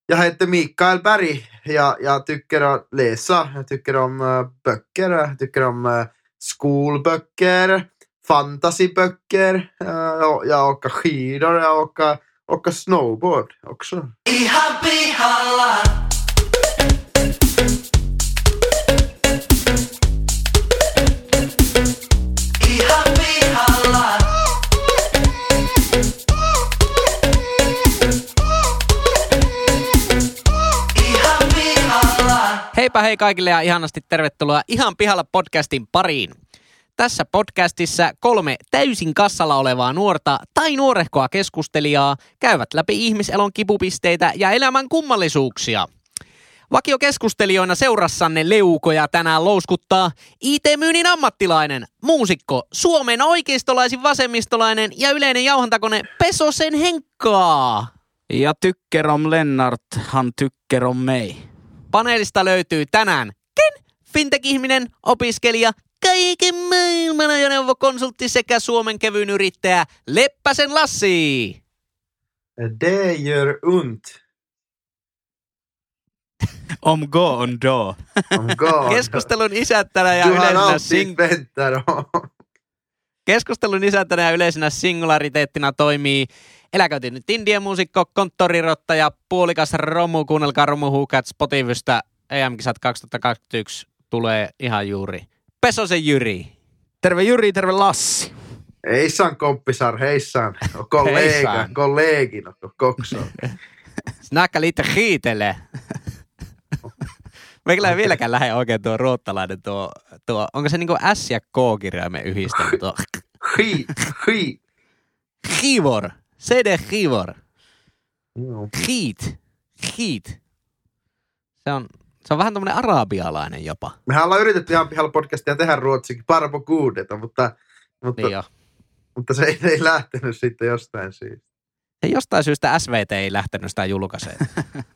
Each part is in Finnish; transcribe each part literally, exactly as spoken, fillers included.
Jag heter Mikael Berg. Jag, jag tycker att läsa. Jag tycker om uh, böcker. Jag tycker om uh, skolböcker. Fantasyböcker. Uh, jag, jag åker skidor. Jag åker, åker snowboard också. Ihan pihalla. Ihan pihalla. Ihan pihalla. Heipä hei kaikille ja ihanasti tervetuloa Ihan pihalla podcastin pariin. Tässä podcastissa kolme täysin kassalla olevaa nuorta tai nuorehkoa keskustelijaa käyvät läpi ihmiselon kipupisteitä ja elämän kummallisuuksia. Vakiokeskustelijoina seurassanne leukoja tänään louskuttaa I T-myynnin ammattilainen, muusikko, Suomen oikeistolaisin vasemmistolainen ja yleinen jauhantakone Pesosen Henkkaa. Ja tycker om Lennart, han tycker om mig. Paneelista löytyy tänään Ken, fintech-ihminen, opiskelija, kaiken maailman ajoneuvokonsultti sekä Suomen kevyyn yrittäjä Leppäsen Lassi. Det gör ont. Om gå on då. Om God. Keskustelun isättänä ja Du har yleisenä alltid sing- väntat. Keskustelun isäntänä ja yleisenä singulariteettina toimii eläköitynyt indie-muusikko, konttorirottaja, puolikas romu. Kuunnelkaa Romuhukat Spotifysta. E M-kisat kaksituhattakaksikymmentäyksi tulee ihan juuri. Pesosen Jyri. Terve Jyri, terve Lassi. Heissan kompisar, heissan. Kollega, Heissan. kollegin och också. Snacka lite skitele. Meikä ei vieläkään lähde oikein tuo ruottalainen tuo, tuo onko se niinku S ja K-kirjaimen yhdistelmä tuo? Skit, skit. Skivor. C D Skivor. Joo. Skit. Skit. Se on, se on vähän tommonen arabialainen jopa. Mehän ollaan yritetty ihan pihalla podcastia tehdä ruotsikin parpo kuudeta, mutta, mutta, Niin jo. mutta se ei, ei lähtenyt sitten jostain syystä. Ja jostain syystä S V T ei lähtenyt sitä julkaiseen.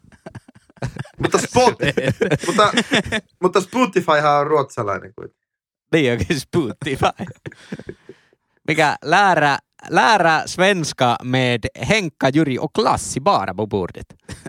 Mutta, Spot, mutta, mutta Spotifyhan on ruotsalainen kuitenkin. Niin onkin Spotify. Mikä lära, lära svenska med Henkka, Jyri och Lassi bara på bordet.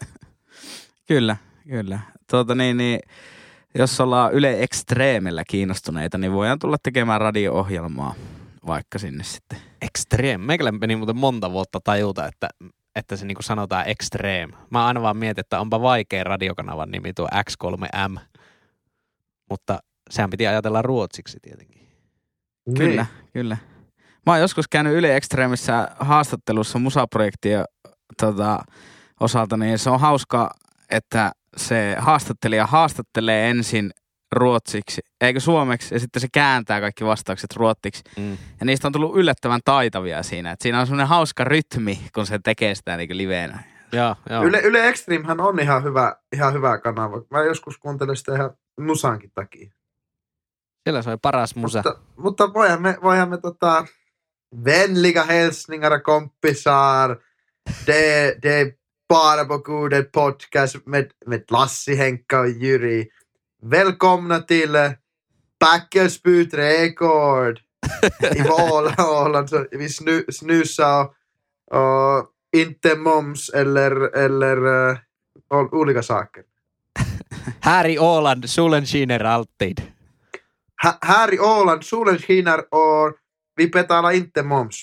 Kyllä, kyllä. Tuota niin, niin, jos ollaan Yle Extremellä kiinnostuneita, niin voidaan tulla tekemään radio-ohjelmaa vaikka sinne sitten. Extreme. Meikällä meni muuten monta vuotta tajuta, että, että se niinku sanotaan Extreme. Mä aina vaan mietin, että onpa vaikea radiokanavan nimi tuo X kolme M. Mutta sehän piti ajatella ruotsiksi tietenkin. Kyllä, kyllä. Mä oon joskus käynyt Yle Extremissä haastattelussa musaprojektia tota, osalta, niin se on hauska, että se haastattelija haastattelee ensin ruotsiksi, eikö suomeksi, ja sitten se kääntää kaikki vastaukset ruotsiksi. Mm. Ja niistä on tullut yllättävän taitavia siinä. Et siinä on semmoinen hauska rytmi, kun se tekee sitä niin liveenä. Joo, joo. Yle, Yle Extremehän on ihan hyvä, ihan hyvä kanava. Mä joskus kuuntelen sitä ihan musankin takia. Siellä soi paras musa. Mutta, mutta voihan me, voihan me tota, vänliga hälsningar och kompisar. Det, det är bara på godet podcast med, med Lassi, Henkka och Jyri. Välkomna till Backelspy Trädgård i Åland. Så vi snu, snusar och, och inte moms eller, eller uh, olika saker. Här i Åland, solen skiner alltid. H- här i Åland, solen skiner och vi betalar inte moms.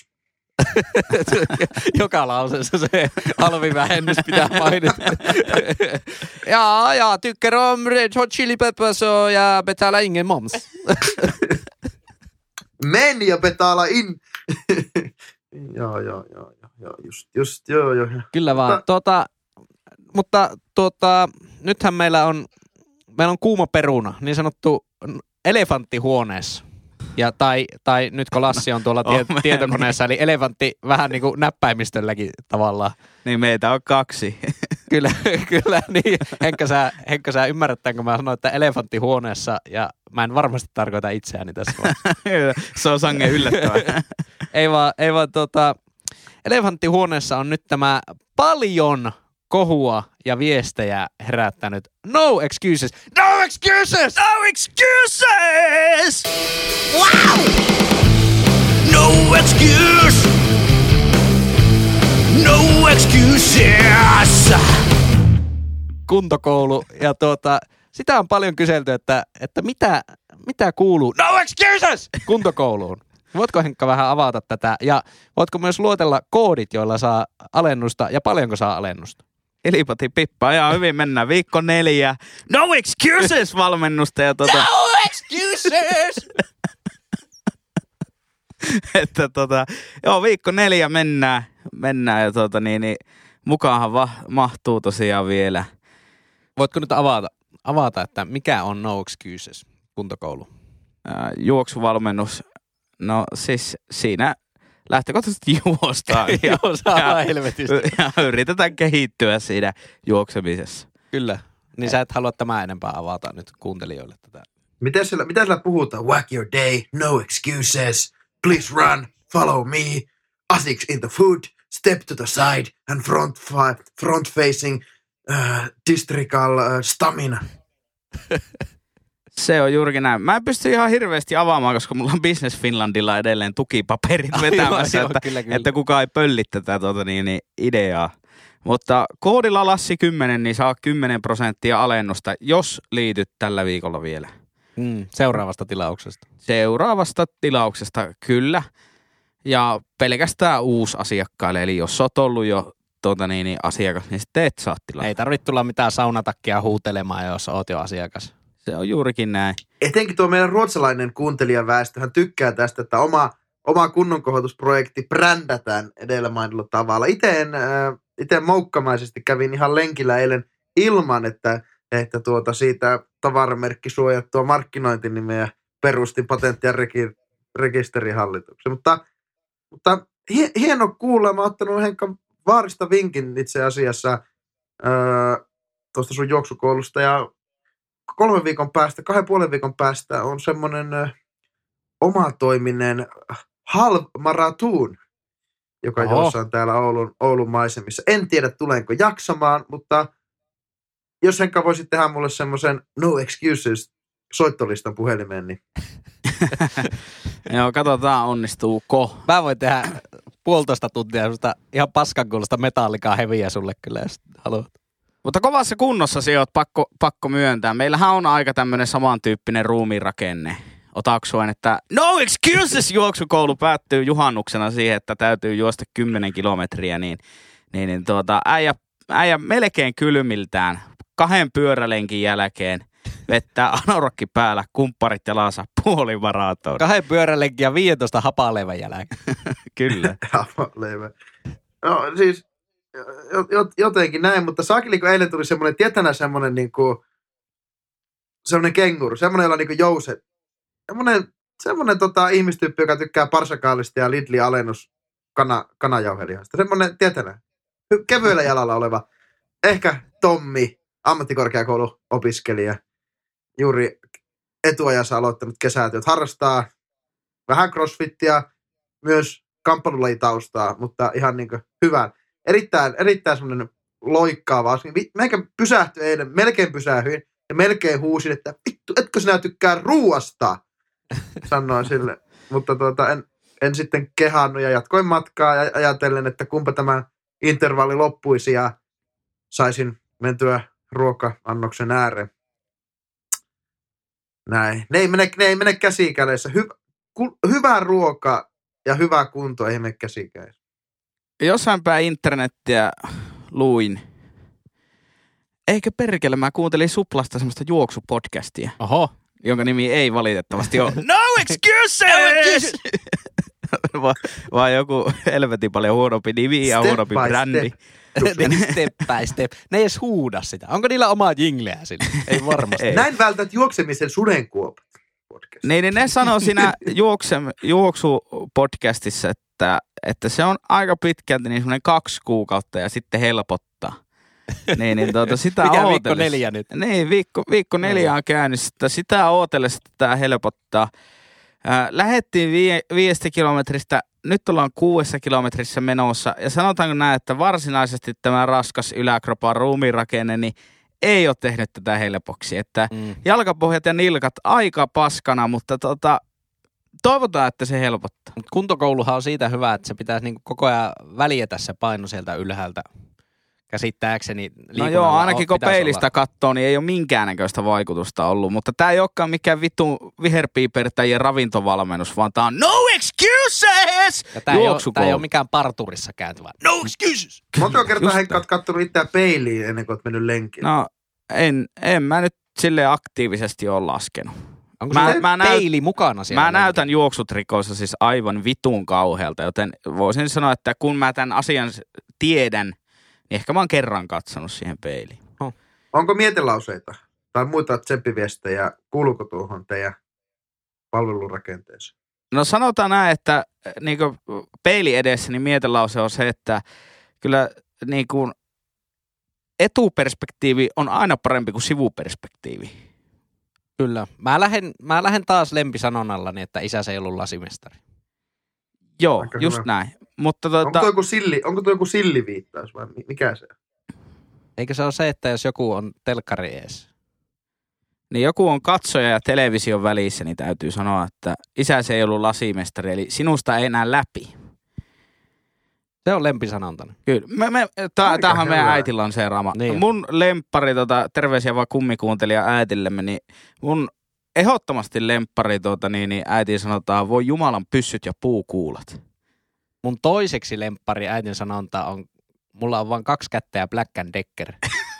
Joka lauseessa se alvivähennys pitää mainita. ja, ja, tycker om Red Hot Chili Peppers och jag betalar ingen moms. Men jag betalar in. joo, joo, joo, joo, just, just, joo, joo. Kyllä vaan. Mutta- Tuota, mutta tuota, nythän meillä on, meillä on kuuma peruna, niin sanottu elefantti huoneessa. Ja tai, tai nyt kun Lassi on tuolla tie, Oh, tietokoneessa, eli elefantti vähän niin kuin näppäimistölläkin tavallaan. Niin meitä on kaksi. Kyllä, kyllä niin. Henkka sä, Henkka, sä ymmärrätkään, kun mä sanoin, että elefantti huoneessa, ja mä en varmasti tarkoita itseäni tässä vaiheessa. Se on sangen yllättävää. ei vaan, ei vaan tota, elefantti huoneessa on nyt tämä paljon kohua ja viestejä herättänyt No Excuses. No Excuses! No excuses! Wow! No excuse! No excuses! kuntokoulu. Ja tuota, sitä on paljon kyselty, että, että mitä, mitä kuuluu no excuses kuntokouluun. Voitko Henkka vähän avata tätä ja voitko myös luotella koodit, joilla saa alennusta ja paljonko saa alennusta? Ilipati Pippa, ja hyvin mennään. Viikko neljä. No excuses valmennusta. Ja tuota... No excuses! että tota, joo, viikko neljä mennään, mennään ja tota niin, niin mukaanhan va- mahtuu tosiaan vielä. Voitko nyt avata, avata, että mikä on No Excuses kuntokoulu? Ää, juoksuvalmennus, no siis siinä lähtökohtaisesti juostaan ja, Juostaan helvetisti. ja yritetään kehittyä siinä juoksemisessa. Kyllä, niin sä et halua tämän enempää avata nyt kuuntelijoille tätä. Miten siellä, mitä siellä puhutaan? Whack your day, no excuses, please run, follow me, Asics in the foot, step to the side and front, fi- front facing uh, districal uh, stamina. Se on juurikin näin. Mä en pysty ihan hirveästi avaamaan, koska mulla on Business Finlandilla edelleen tukipaperit vetämässä, Joo, joo, että, kyllä, kyllä. että kukaan ei pölli tätä tuota, niin, niin, ideaa. Mutta koodilla Lassi kymmenen, niin saa kymmenen prosenttia alennusta, jos liityt tällä viikolla vielä. Mm, seuraavasta tilauksesta. Seuraavasta tilauksesta, kyllä. Ja pelkästään uusi asiakkaille, eli jos oot ollut jo tuota, niin, niin, asiakas, niin sitten et saa tilaa. Ei tarvitse tulla mitään saunatakkia huutelemaan, jos oot jo asiakas. Se on juurikin näin. Etenkin tuo meidän ruotsalainen kuuntelijaväestöhän tykkää tästä, että oma, oma kunnonkohotusprojekti brändätään edellä mainitulla tavalla. Itse en, äh, ite moukkamaisesti kävin ihan lenkillä eilen ilman, että, että tuota siitä tavaramerkki suojattua markkinointinimeä perustin patentti- ja reki, rekisterihallituksen. Mutta, mutta hie, hieno kuulla, mä oon ottanut Henkka Vaarista vinkin itse asiassa äh, tuosta sun juoksukoulusta ja kolmen viikon päästä, kahden puolen viikon päästä on semmoinen ö, omatoiminen halv marathon, joka Oho. jossain täällä Oulun, Oulun maisemissa. En tiedä, tulenko jaksamaan, mutta jos Henkka voisit tehdä mulle semmoisen no excuses soittolistan puhelimeen, niin Joo, katsotaan onnistuuko. Mä voin tehdä puolitoista tuntia semmoista ihan paskankuulosta metallikaa heviä sulle kyllä, jos haluat. Mutta kovassa kunnossa se oot pakko, pakko myöntää. Meillähän on aika tämmöinen samantyyppinen ruumiinrakenne. Otaksuen, että no excuses juoksukoulu päättyy juhannuksena siihen, että täytyy juosta kymmenen kilometriä, niin, niin, niin tuota, äijä, äijä melkein kylmiltään kahden pyörälenkin jälkeen vettää anorokki päällä, kumpparit jalassa puolimaratoon. Kahden pyörällekin ja viisitoista hapaleivän jälkeen. Kyllä. leivä. No siis jot- jotenkin näin, mutta saakeli kun eilen tuli semmoinen, tietänä semmoinen niinku, semmoinen kenguru, semmoinen, jolla niinku jouset, semmoinen, semmoinen tota, ihmistyyppi, joka tykkää parsakaalista ja Lidlin alennus kana, kanajauhelihasta. Semmoinen, tietänä, kevyellä jalalla oleva, ehkä Tommi, ammattikorkeakouluopiskelija, juuri etuajassa aloittanut kesätyöt, harrastaa vähän crossfittia, myös kamppailulajitaustaa, mutta ihan niinku hyvä. Erittäin, erittäin semmoinen loikkaava. Meikä pysähtyi eilen, melkein pysähdyin ja melkein huusin, että vittu, etkö sinä tykkää ruuasta? Sanoin sille, mutta tuota, en, en sitten kehannut ja jatkoin matkaa ja ajatellen, että kumpa tämä intervalli loppuisi ja saisin mentyä ruoka-annoksen ääreen. Näin. Ne ei mene, ne ei mene käsikädessä. Hy, ku, hyvä ruoka ja hyvä kunto ei mene käsikädessä. Jossain päin internettiä luin. Eikö perkele, mä kuuntelin Suplasta semmoista juoksupodcastia, Oho. jonka nimi ei valitettavasti ole No excuses! Va, vaan joku helvetin paljon huonompi nimi ja Step huonompi by brändi. Step by step. Ne ei edes huuda sitä. Onko niillä omaa jingleä sille? Ei varmasti. Ei. Näin vältät juoksemisen sudenkuopat. Podcast. Niin, niin ne sanoo siinä juoksem, juoksupodcastissa, että, että se on aika pitkälti niin semmoinen kaksi kuukautta ja sitten helpottaa. Niin, niin tuota, sitä Mikä viikko ootellessa- neljä nyt? Niin, viikko, viikko neljä on käynyt. Sitä, sitä ootellessa tämä helpottaa. Äh, lähettiin vie, viidestä kilometristä, nyt ollaan kuudessa kilometrissä menossa. Ja sanotaanko näin, että varsinaisesti tämä raskas yläkropan ruumiinrakenne, niin ei ole tehnyt tätä helpoksi. Että Mm. jalkapohjat ja nilkat aika paskana, mutta tota, toivotaan, että se helpottaa. Mut kuntokouluhan on siitä hyvä, että se pitäisi niinku koko ajan väljetä se paino sieltä ylhäältä käsittääkseni No liikunnalla joo, on- ainakin kun pitäisi peilistä olla. katsoo, niin ei ole minkäännäköistä vaikutusta ollut. Mutta tää ei olekaan mikään vittu viherpiipertäjien ravintovalmennus, vaan tää on no excuses! Ja tää ei, ole, Juoksukoulu. tää ei ole mikään parturissa käynti, vaan no excuses! Monta kertaa Just Henkka oot kattonut itseään peiliin ennen kuin oot mennyt lenkille? No, en, en mä nyt silleen aktiivisesti ole laskenut. Onko Mä- mä, mä näyt- peili mukana siellä? Mä näytän juoksutrikoissa siis aivan vitun kauhealta, joten voisin sanoa, että kun mä tämän asian s- tiedän, niin ehkä mä oon kerran katsonut siihen peiliin. Onko mietelauseita tai muita tsemppiviestejä, kuuluuko tuohon teidän palvelurakenteeseen? No sanotaan näin, että niin peili edessä, niin mietelause on se, että kyllä niin kuin etuperspektiivi on aina parempi kuin sivuperspektiivi. Kyllä. Mä lähden, mä lähden taas lempisanonnallani, että isäsi ei ollut lasimestari. Joo, Aika just hyvä. näin. Mutta Onko tuota, tuo joku, silli, onko tuo joku silliviittaus vai mi- mikä se on? Eikö se ole se, että jos joku on telkkari ees? niin joku on katsoja ja television välissä, niin täytyy sanoa, että isäsi ei ollut lasimestari, eli sinusta ei enää läpi. Se on lempisanontani. Kyllä. Me, me, tää, Aika tämähän on meidän hyvä. äitin lanseeraama. Niin. Mun lemppari, tota, terveisiä vaan kummikuuntelija äitillemme, niin mun ehdottomasti lemppari, tota, niin, niin äitiin sanotaan, voi Jumalan pyssyt ja puukuulat. Mun toiseksi lemppari äitin sanonta on, mulla on vain kaksi kättä ja Black and Decker.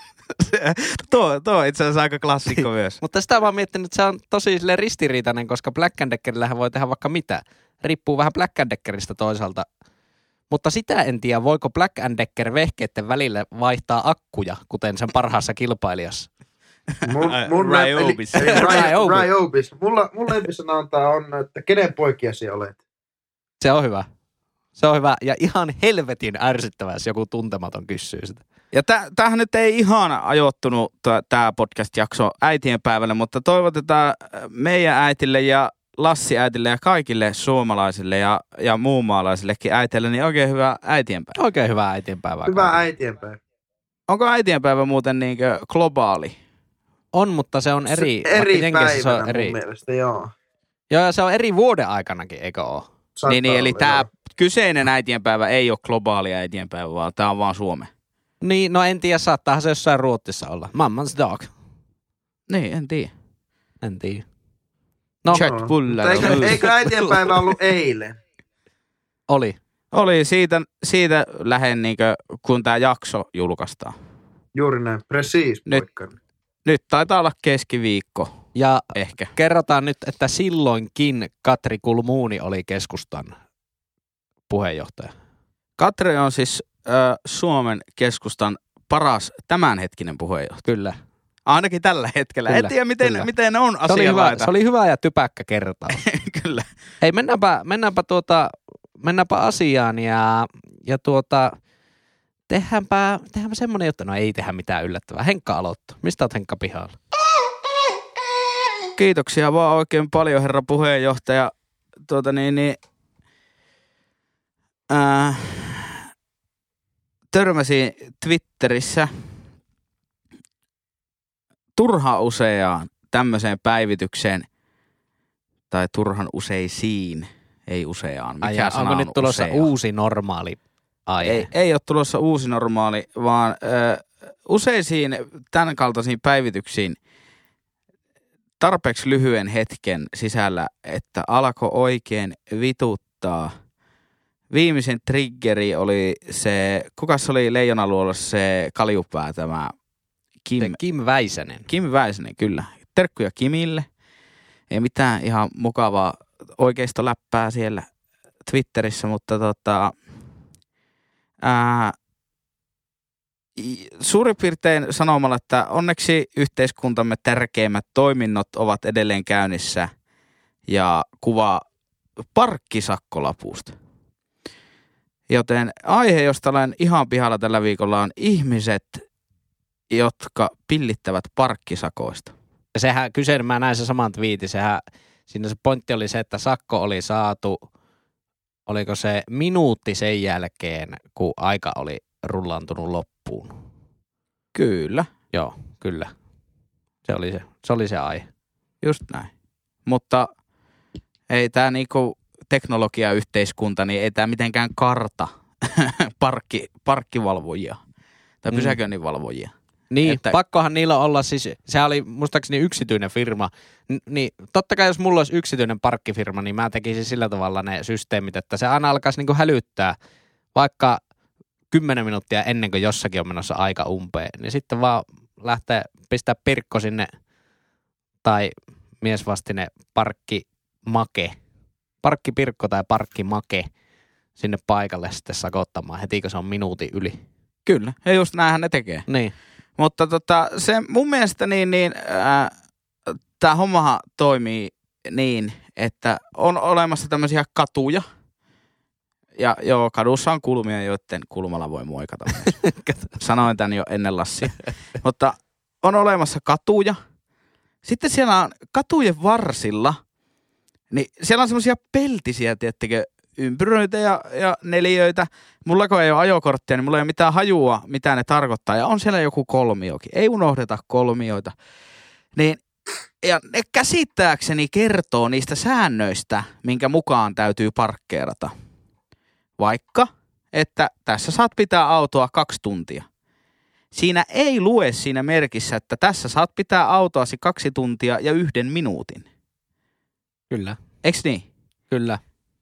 tuo, tuo on itse asiassa aika klassikko myös. Mutta sitä mä oon miettinyt, että se on tosi sille ristiriitainen, koska Black and Deckerillähän voi tehdä vaikka mitä. Riippuu vähän Black and Deckeristä toisaalta. Mutta sitä en tiedä, voiko Black and Decker vehkeiden välillä vaihtaa akkuja, kuten sen parhaassa kilpailijassa. Mun, Ai, mun Ryobis. Eli, eli Ry- Ryobis. Ryobis. Mulla, mun lempisanonta on, että kenen poikia sinä olet? Se on hyvä. Se on hyvä ja ihan helvetin ärsyttävää, jos joku tuntematon kysyy sitä. Ja tä, tämähän nyt ei ihan ajoittunut tämä podcast-jakso äitien päivälle, mutta toivotetaan meidän äitille ja Lassi äitille ja kaikille suomalaisille ja, ja muunmaalaisillekin äiteille, niin oikein hyvää äitienpäivää. Oikein hyvää äitienpäivää. Hyvää kaikille. äitienpäivä. Onko äitienpäivä muuten niinkö globaali? On, mutta se on eri. Se, eri vaikka Jenkeissä se päivänä on eri. mun mielestä, joo. Joo, ja se on eri vuoden aikanakin, eikö ole? Saattaa Niin, niin eli olla, tämä joo. kyseinen äitienpäivä ei ole globaali äitienpäivä, vaan tämä on vaan Suomen. Niin, no en tiedä, saattaahan se jossain Ruotsissa olla. Mamman's dog. Niin, en tiedä. En tiedä. No, Chat Joo. pulla. Mutta Eikö, eikö äitienpäivä ollut eilen? oli. Oli siitä, siitä lähen niinkö, kun tämä jakso julkaistaan. Juuri näin. Precis, Nyt. poikani. Nyt taitaa olla keskiviikko, Ja ehkä. kerrotaan nyt, että silloinkin Katri Kulmuuni oli keskustan puheenjohtaja. Katri on siis äh, Suomen keskustan paras tämänhetkinen puheenjohtaja. Kyllä. Ainakin tällä hetkellä. Kyllä, En tiedä, miten, kyllä. miten on Se oli, hyvä, asianlaita. se oli hyvä ja typäkkä kertaus. Kyllä. Hei, mennäänpä, mennäänpä, tuota, mennäänpä asiaan ja, ja tuota, tehdäänpä, tehdäänpä semmoinen juttu. No ei tehdä mitään yllättävää. Henkka aloittaa. Mistä oot Henkka pihalla? Kiitoksia vaan oikein paljon, herra puheenjohtaja. Tuota niin, niin äh, törmäsin Twitterissä turha useaan tämmöiseen päivitykseen, tai turhan useisiin, ei useaan. Mikä Ai, ja sana onko on nyt tulossa usea? uusi normaali aihe? Ei, ei ole tulossa uusi normaali, vaan ö, useisiin tämän kaltaisiin päivityksiin tarpeeksi lyhyen hetken sisällä, että alkoi oikein vituttaa. Viimeisen triggeri oli se, kukas oli Leijonaluolossa se kaljupää tämä Kim, Se Kim Väisänen. Kim Väisänen, kyllä. Terkkuja Kimille. Ei mitään ihan mukavaa oikeistoläppää siellä Twitterissä, mutta tota, ää, suurin piirtein sanomalla, että onneksi yhteiskuntamme tärkeimmät toiminnot ovat edelleen käynnissä ja kuva parkkisakkolapusta. Joten aihe, josta olen ihan pihalla tällä viikolla, on ihmiset, jotka pillittävät parkkisakoista. Ja sehän, kyseinen, mä näin sen saman twiitin, sehän, siinä se pointti oli se, että sakko oli saatu, oliko se minuutti sen jälkeen, kun aika oli rullantunut loppuun. Kyllä, Joo, kyllä. Se oli se, se, oli se aihe. just näin. Mutta ei tämä niinku teknologiayhteiskunta, niin ei tämä mitenkään karta parkki, parkkivalvojia tai Mm. pysäköinninvalvojia. Niin, Että- että... pakkohan niillä olla siis, se oli muistaakseni yksityinen firma, N- niin totta kai jos mulla olisi yksityinen parkkifirma, niin mä tekisin sillä tavalla ne systeemit, että se aina alkaisi niinku hälyttää, vaikka kymmenen minuuttia ennen kuin jossakin on menossa aika umpeen, niin sitten vaan lähtee pistää pirkko sinne, tai miesvastine parkkimake, parkkipirkko tai parkkimake sinne paikalle sitten sakottamaan heti, kun se on minuutin yli. Kyllä, ja just näinhän ne tekee. Niin. Mutta tota, se mun mielestä niin, niin tämä hommahan toimii niin, että on olemassa tämmöisiä katuja. Ja joo, kadussa on kulmia, joiden kulmalla voi moikata. Sanoin tämän jo ennen Lassia. Mutta on olemassa katuja. Sitten siellä on katujen varsilla, niin siellä on semmoisia peltisiä, tiettekö, ympyröitä ja, ja neliöitä. Mulla kun ei ole ajokorttia, niin mulla ei ole mitään hajua, mitä ne tarkoittaa. Ja on siellä joku kolmiokin. Ei unohdeta kolmioita. Niin, ja ne käsittääkseni kertoo niistä säännöistä, minkä mukaan täytyy parkkeerata. Vaikka, että tässä saat pitää autoa kaksi tuntia. Siinä ei lue siinä merkissä, että tässä saat pitää autoasi kaksi tuntia ja yhden minuutin. Kyllä, Eiks niin? kyllä.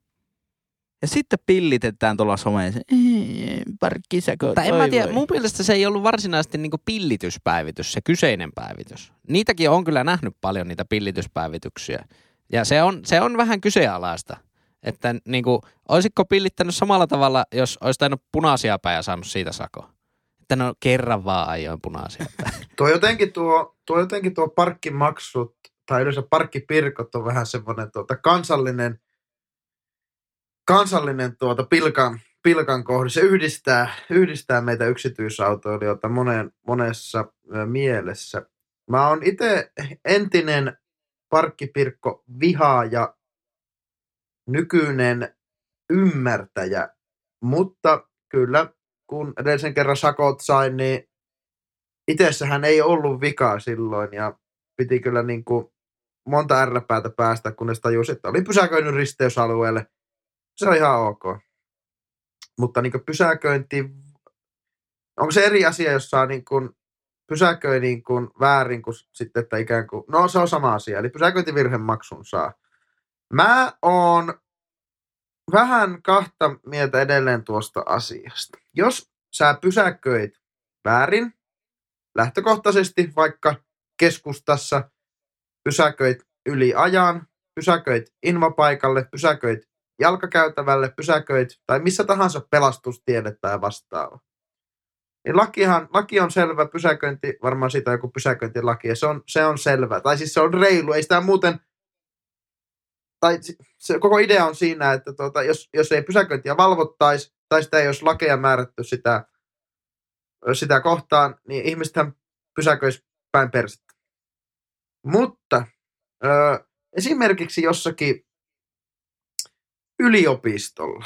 Ja sitten pillitetään tuolla somessa. Parkkisäkö. Tai en mä tiedä, mun mielestä se ei ollut varsinaisesti niinku pillityspäivitys, se kyseinen päivitys. Niitäkin on kyllä nähnyt paljon niitä pillityspäivityksiä. Ja se on, se on vähän kyseenalaista. Että niinku, olisitko pillittänyt samalla tavalla, jos olisi tainnut punaisia päin ja saanut siitä sako? Että no kerran vaan ajoin punaisia päin. Tuo jotenkin tuo, tuo jotenkin tuo parkkimaksut tai yleensä parkkipirkot on vähän semmoinen tuota kansallinen, kansallinen tuota pilkan, pilkan kohde. Se yhdistää, yhdistää meitä yksityisautoilijoita moneen, monessa ö, mielessä. Mä oon itse entinen parkkipirkko vihaaja, nykyinen ymmärtäjä, mutta kyllä kun edellisen kerran sakot sain, niin itsessähän ei ollut vikaa silloin ja piti kyllä niin kuin monta ärräpäätä päästä, kunnes tajusin, että oli pysäköinyt risteysalueelle. Se on ihan ok. Mutta niin kuin pysäköinti, onko se eri asia, jos saa niin kuin pysäköi niin kuin väärin kuin sitten, että ikään kuin, no se on sama asia, eli pysäköintivirhemaksun saa. Mä oon vähän kahta mieltä edelleen tuosta asiasta. Jos sä pysäköit väärin, lähtökohtaisesti vaikka keskustassa, pysäköit yli ajan, pysäköit invapaikalle, pysäköit jalkakäytävälle, pysäköit tai missä tahansa pelastustielle tai vastaava. Niin lakihan, laki on selvä, pysäköinti, varmaan siitä on joku pysäköintilaki, ja se on, se on selvä. Tai siis se on reilu, ei sitä muuten, tai se koko idea on siinä, että tuota, jos, jos ei pysäköintiä valvottaisi, tai sitä ei olisi lakeja määrätty sitä, sitä kohtaan, niin ihmisethän pysäköisi päin persettä. Mutta ö, esimerkiksi jossakin yliopistolla,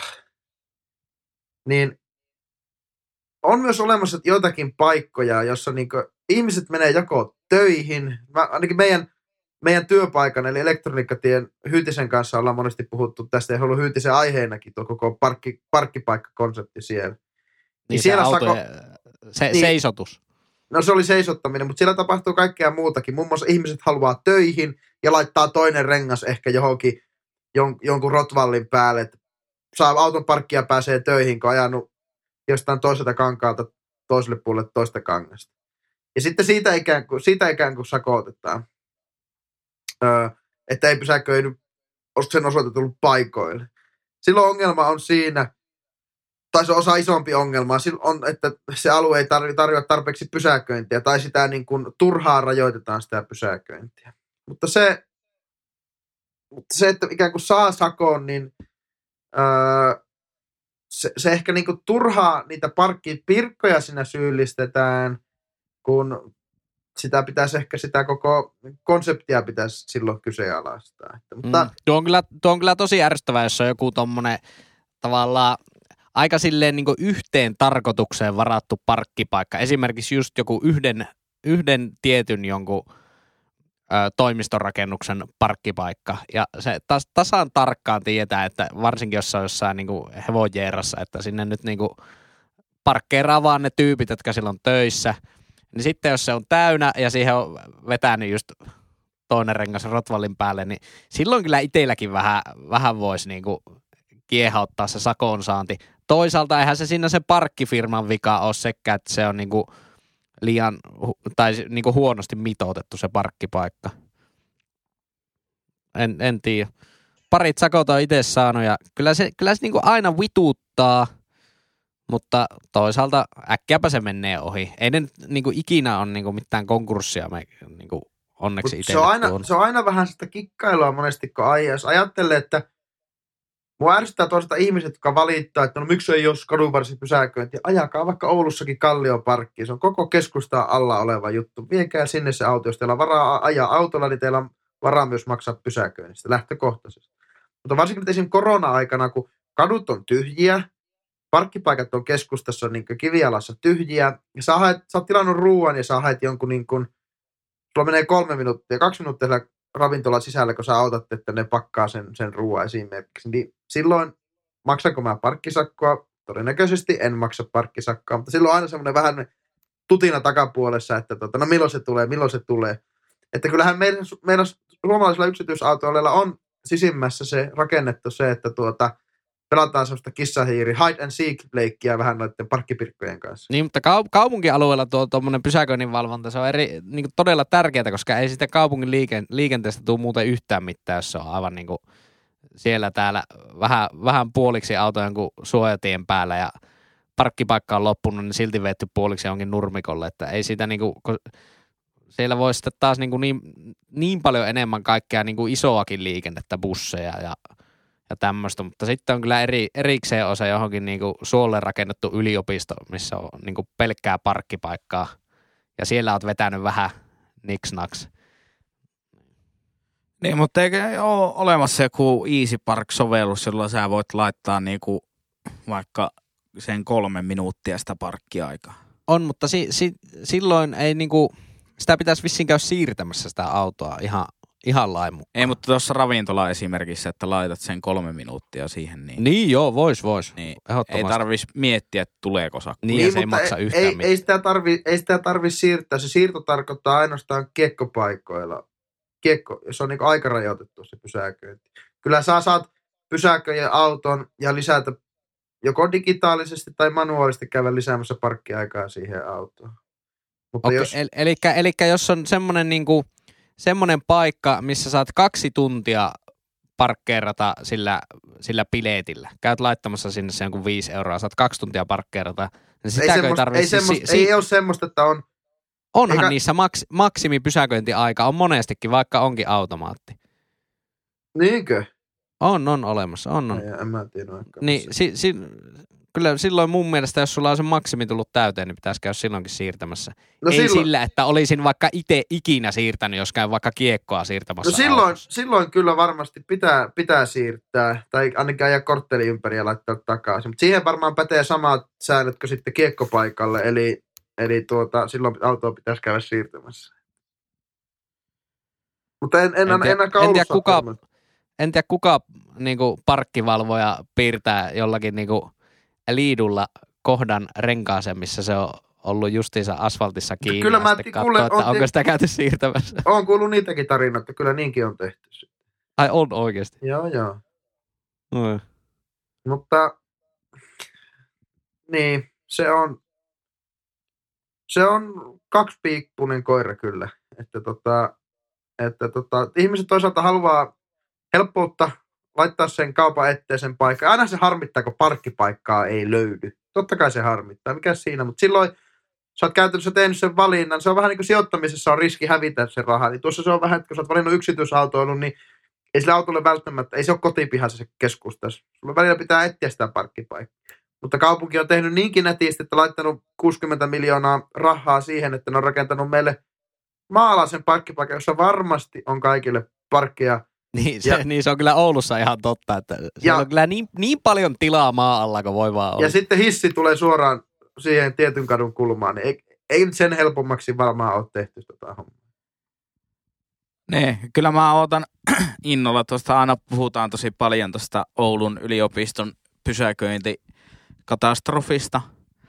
niin on myös olemassa joitakin paikkoja, jossa niinku ihmiset menee joko töihin, mä, ainakin meidän, meidän työpaikan, eli elektroniikkatien Hyytisen kanssa ollaan monesti puhuttu tästä, ja ollut Hyytisen aiheenakin tuo koko parkki, parkkipaikkakonsepti siellä. Niin siellä se, sako- autojen, se Niin. seisotus. No se oli seisottaminen, mutta siellä tapahtuu kaikkea muutakin. Muun muassa ihmiset haluaa töihin ja laittaa toinen rengas ehkä johonkin jon, jonkun rotvallin päälle, että saa auton parkkia ja pääsee töihin, kun ajanut jostain toiselta kankaalta toiselle puolelle toista kangasta. Ja sitten siitä ikään kuin, siitä ikään kuin sakotetaan, öö, että ei pysäköidy sen osoitetulle paikoille. Silloin ongelma on siinä, tai se osa isompi ongelma on, että se alue ei tarvi, tarjoa tarpeeksi pysäköintiä, tai sitä niin kuin turhaan rajoitetaan sitä pysäköintiä. Mutta se, mutta se että ikään kuin saa sakon, niin öö, se, se ehkä niin kuin turhaa niitä parkkipirkkoja siinä syyllistetään, kun sitä pitäisi ehkä sitä koko konseptia pitäisi silloin kyseenalaistaa. Että, mutta Mm. Tuo, on kyllä, tuo on kyllä tosi ärsyttävää, jos on joku tommonen tavallaan aika silleen niin kuin yhteen tarkoitukseen varattu parkkipaikka. Esimerkiksi just joku yhden, yhden tietyn jonkun ö, toimistorakennuksen parkkipaikka. Ja se tas, tasan tarkkaan tietää, että varsinkin jos on jossain niin kuin hevonjeerassa, että sinne nyt niin kuin parkkeeraa vaan ne tyypit, jotka silloin on töissä. Niin sitten jos se on täynnä ja siihen on vetänyt just toinen rengas rotvallin päälle, niin silloin kyllä itselläkin vähän, vähän voisi niinku kiehauttaa se sakon saanti. Toisaalta eihän se siinä se parkkifirman vika ole sekään, että se on niinku liian tai niinku huonosti mitoitettu se parkkipaikka. En, en tiedä. Parit sakot on itse saanut ja kyllä se, kyllä se niinku aina vituuttaa, mutta toisaalta äkkiäpä se menee ohi. Ei ne niinku ikinä ole niinku mitään konkurssia me niinku onneksi Mut itselle se on, aina, tuonut. se on aina vähän sitä kikkailua monesti, kun ajaa. Jos ajattelee, että mua ärsyttää toisaalta ihmiset, jotka valittaa, että no miksi ei ole kadunvarsin pysäköinti. Ajakaa vaikka Oulussakin Kallion parkkiin. Se on koko keskustaa alla oleva juttu. Viekää sinne se auto. Jos teillä on varaa ajaa autolla, niin teillä on varaa myös maksaa pysäköinnistä lähtökohtaisesti. Mutta varsinkin esimerkiksi korona-aikana, kun kadut on tyhjiä, parkkipaikat on keskustassa niin kivialassa tyhjiä, ja sä, haet, sä oot tilannut ruuan ja sä haet jonkun niin kuin, sulla menee kolme minuuttia, kaksi minuuttia siellä ravintolan sisällä, kun sä autat, että ne pakkaa sen, sen ruoan esimerkiksi, niin silloin maksanko mä parkkisakkoa? Todennäköisesti en maksa parkkisakkoa, mutta silloin on aina semmoinen vähän tutina takapuolessa, että tota, no milloin se tulee, milloin se tulee. Että kyllähän meidän, meidän suomalaisilla yksityisautoilla on sisimmässä se rakennettu se, että tuota, pelataan sellaista kissahiiri, hide and seek-leikkiä vähän noiden parkkipirkkojen kanssa. Niin, mutta kau- kaupunkialueella tuo tuommoinen pysäköinninvalvonta, se on eri, niin kuin todella tärkeää, koska ei sitä kaupungin liike- liikenteestä tule muuten yhtään mitään, jos se on aivan niin kuin siellä täällä vähän, vähän puoliksi auto jonkun suojatien päällä ja parkkipaikka on loppunut, niin silti vetty puoliksi jonkin nurmikolle, että ei siitä niin kuin, siellä voi sitten taas niin, kuin niin, niin paljon enemmän kaikkea niin kuin isoakin liikennettä, busseja ja ja tämmöistä, mutta sitten on kyllä eri, erikseen osa johonkin niinku suolle rakennettu yliopisto, missä on niinku pelkkää parkkipaikkaa, ja siellä oot vetänyt vähän niks-naks. Niin, mutta eikö ole olemassa joku Easy Park-sovellus, jolla sä voit laittaa niinku vaikka sen kolme minuuttia sitä parkkiaikaa? On, mutta si, si, silloin ei niinku, sitä pitäisi vissiin käydä siirtämässä sitä autoa ihan Ihan lain mukaan. Ei, mutta tuossa ravintola esimerkiksi, että laitat sen kolme minuuttia siihen. Niin, niin joo, vois, vois. Niin, ei tarvitsisi miettiä, että tuleeko sakko. Niin, niin se ei maksa ei, yhtään ei, mitään. Ei sitä tarvi, ei sitä tarvi siirtää. Se siirto tarkoittaa ainoastaan kiekkopaikoilla. Kiekko, jos on niin aikarajoitettu se pysäköinti. Kyllä sä saat pysäköjen auton ja lisätä joko digitaalisesti tai manuaalisesti käydä lisäämässä parkkiaikaa siihen autoon. Mutta Okei, jos... el, elikkä, elikkä jos on semmoinen niinku semmoinen paikka, missä saat kaksi tuntia parkkeerata sillä, sillä bileetillä. Käyt laittamassa sinne se jonkun viisi euroa, saat kaksi tuntia parkkeerata. Niin ei, semmoista, ei, semmoista, si- ei ole semmoista, että on... Onhan eikä... niissä maks, maksimipysäköintiaika on monestikin, vaikka onkin automaatti. Niinkö? On, on olemassa, on, on. Ei, en mä tiedä. Niin, si, si, kyllä silloin mun mielestä, jos sulla on se maksimi tullut täyteen, niin pitäisi käydä silloinkin siirtämässä. No ei silloin... sillä, että olisin vaikka itse ikinä siirtänyt, jos käyn vaikka kiekkoa siirtämässä. No silloin, silloin kyllä varmasti pitää, pitää siirtää, tai ainakin ajaa kortteli ympäri ja laittaa takaisin. Mutta siihen varmaan pätee samat säännöt kuin sitten kiekkopaikalle, eli, eli tuota, silloin autoa pitäisi käydä siirtämässä. Mutta en, en, en, tiedä, en, en tiedä kuka, en tiedä kuka niinku, parkkivalvoja piirtää jollakin niinku, liidulla kohdan renkaaseen, missä se on ollut justiinsa asfaltissa kiinni. Kyllä ja mä sitten kuule, katsoo, että on, onko sitä käyty siirtämässä. Olen kuullut niitäkin tarinoita, kyllä niinkin on tehty. Ai on oikeasti? Joo, joo. Mm. Mutta niin, se on se on kaksipiippunen koira kyllä. Että tota, että tota, ihmiset toisaalta haluaa helppoutta laittaa sen kaupan eteen paikan. Aina se harmittaa, kun parkkipaikkaa ei löydy. Totta kai se harmittaa, mikä siinä, mutta silloin sä oot käytännössä tehnyt sen valinnan. Se on vähän niin kuin sijoittamisessa on riski hävitä se raha. Niin tuossa se on vähän, että kun sä oot valinnut yksityisautoilun, niin ei sillä autolle välttämättä, ei se ole kotipihassa se keskustassa. Sulla välillä pitää etsiä sitä parkkipaikkaa. Mutta kaupunki on tehnyt niinkin nätisti, että laittanut kuusikymmentä miljoonaa rahaa siihen, että ne on rakentanut meille maalaisen parkkipaikan, jossa varmasti on kaikille parkkeja. Niin se, ja, niin se on kyllä Oulussa ihan totta, että ja, on kyllä niin, niin paljon tilaa maa alla, kun voi vaan olla. Ja sitten hissi tulee suoraan siihen tietyn kadun kulmaan, niin ei, ei sen helpommaksi varmaan ole tehty tota hommaa. Ne, kyllä mä ootan innolla tuosta, aina puhutaan tosi paljon tuosta Oulun yliopiston pysäköintikatastrofista.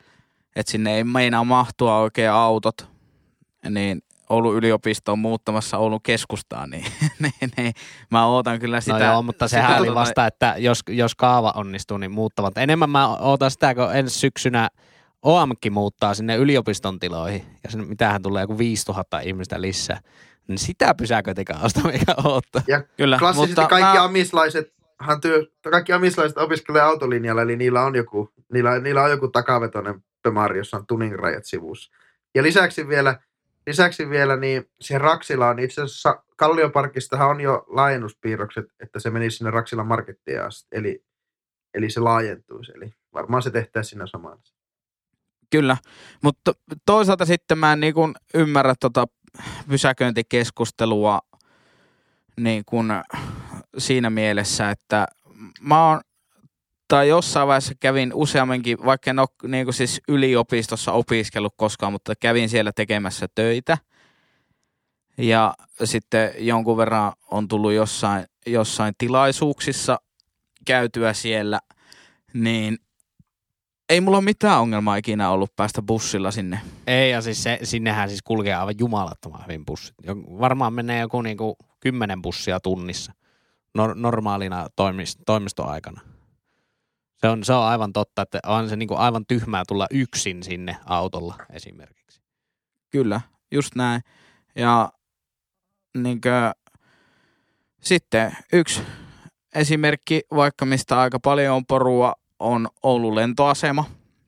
että sinne ei meinaa mahtua oikein autot, niin Oulun yliopisto on muuttamassa Oulun keskustaan, niin, niin, niin mä ootan kyllä sitä. No joo, mutta sehän sitä, oli vasta, että jos, jos kaava onnistuu, niin muuttavat. Enemmän mä ootan sitä, kun ensi syksynä O M K muuttaa sinne yliopiston tiloihin, ja sinne, mitähän tulee joku viisituhatta ihmistä lisää, niin sitä pysäköintikausta mikä oottaa. Ja Kyllä, klassisesti mutta kaikki mä- amislaiset, työ, kaikki amislaiset opiskelee autolinjalla, eli niillä on joku, niillä, niillä on joku takavetoinen pemari, jossa on tuningrajat sivussa. Ja lisäksi vielä, lisäksi vielä niin siihen Raksilaan, niin itse asiassa Kallioparkistahan on jo laajennuspiirrokset, että se menisi sinne Raksilan markettiin asti, eli, eli se laajentuisi, eli varmaan se tehtäisiin siinä samalla. Kyllä, mutta toisaalta sitten mä en niin kuin ymmärrä tota pysäköintikeskustelua niin kuin siinä mielessä, että mä oon, tai jossain vaiheessa kävin useamminkin, vaikka en ole niin kuin siis yliopistossa opiskellut koskaan, mutta kävin siellä tekemässä töitä. Ja sitten jonkun verran on tullut jossain, jossain tilaisuuksissa käytyä siellä, niin ei mulla ole mitään ongelmaa ikinä ollut päästä bussilla sinne. Ei, ja siis se, sinnehän siis kulkee aivan jumalattoman hyvin bussit. Jo- Varmaan menee joku niinku kymmenen bussia tunnissa nor- normaalina toimist- toimistoaikana. Se on, se on aivan totta, että on se niinku aivan tyhmää tulla yksin sinne autolla esimerkiksi. Kyllä, just näin. Ja niinkö, sitten yksi esimerkki, vaikka mistä aika paljon on porua, on Oulun lentoasema.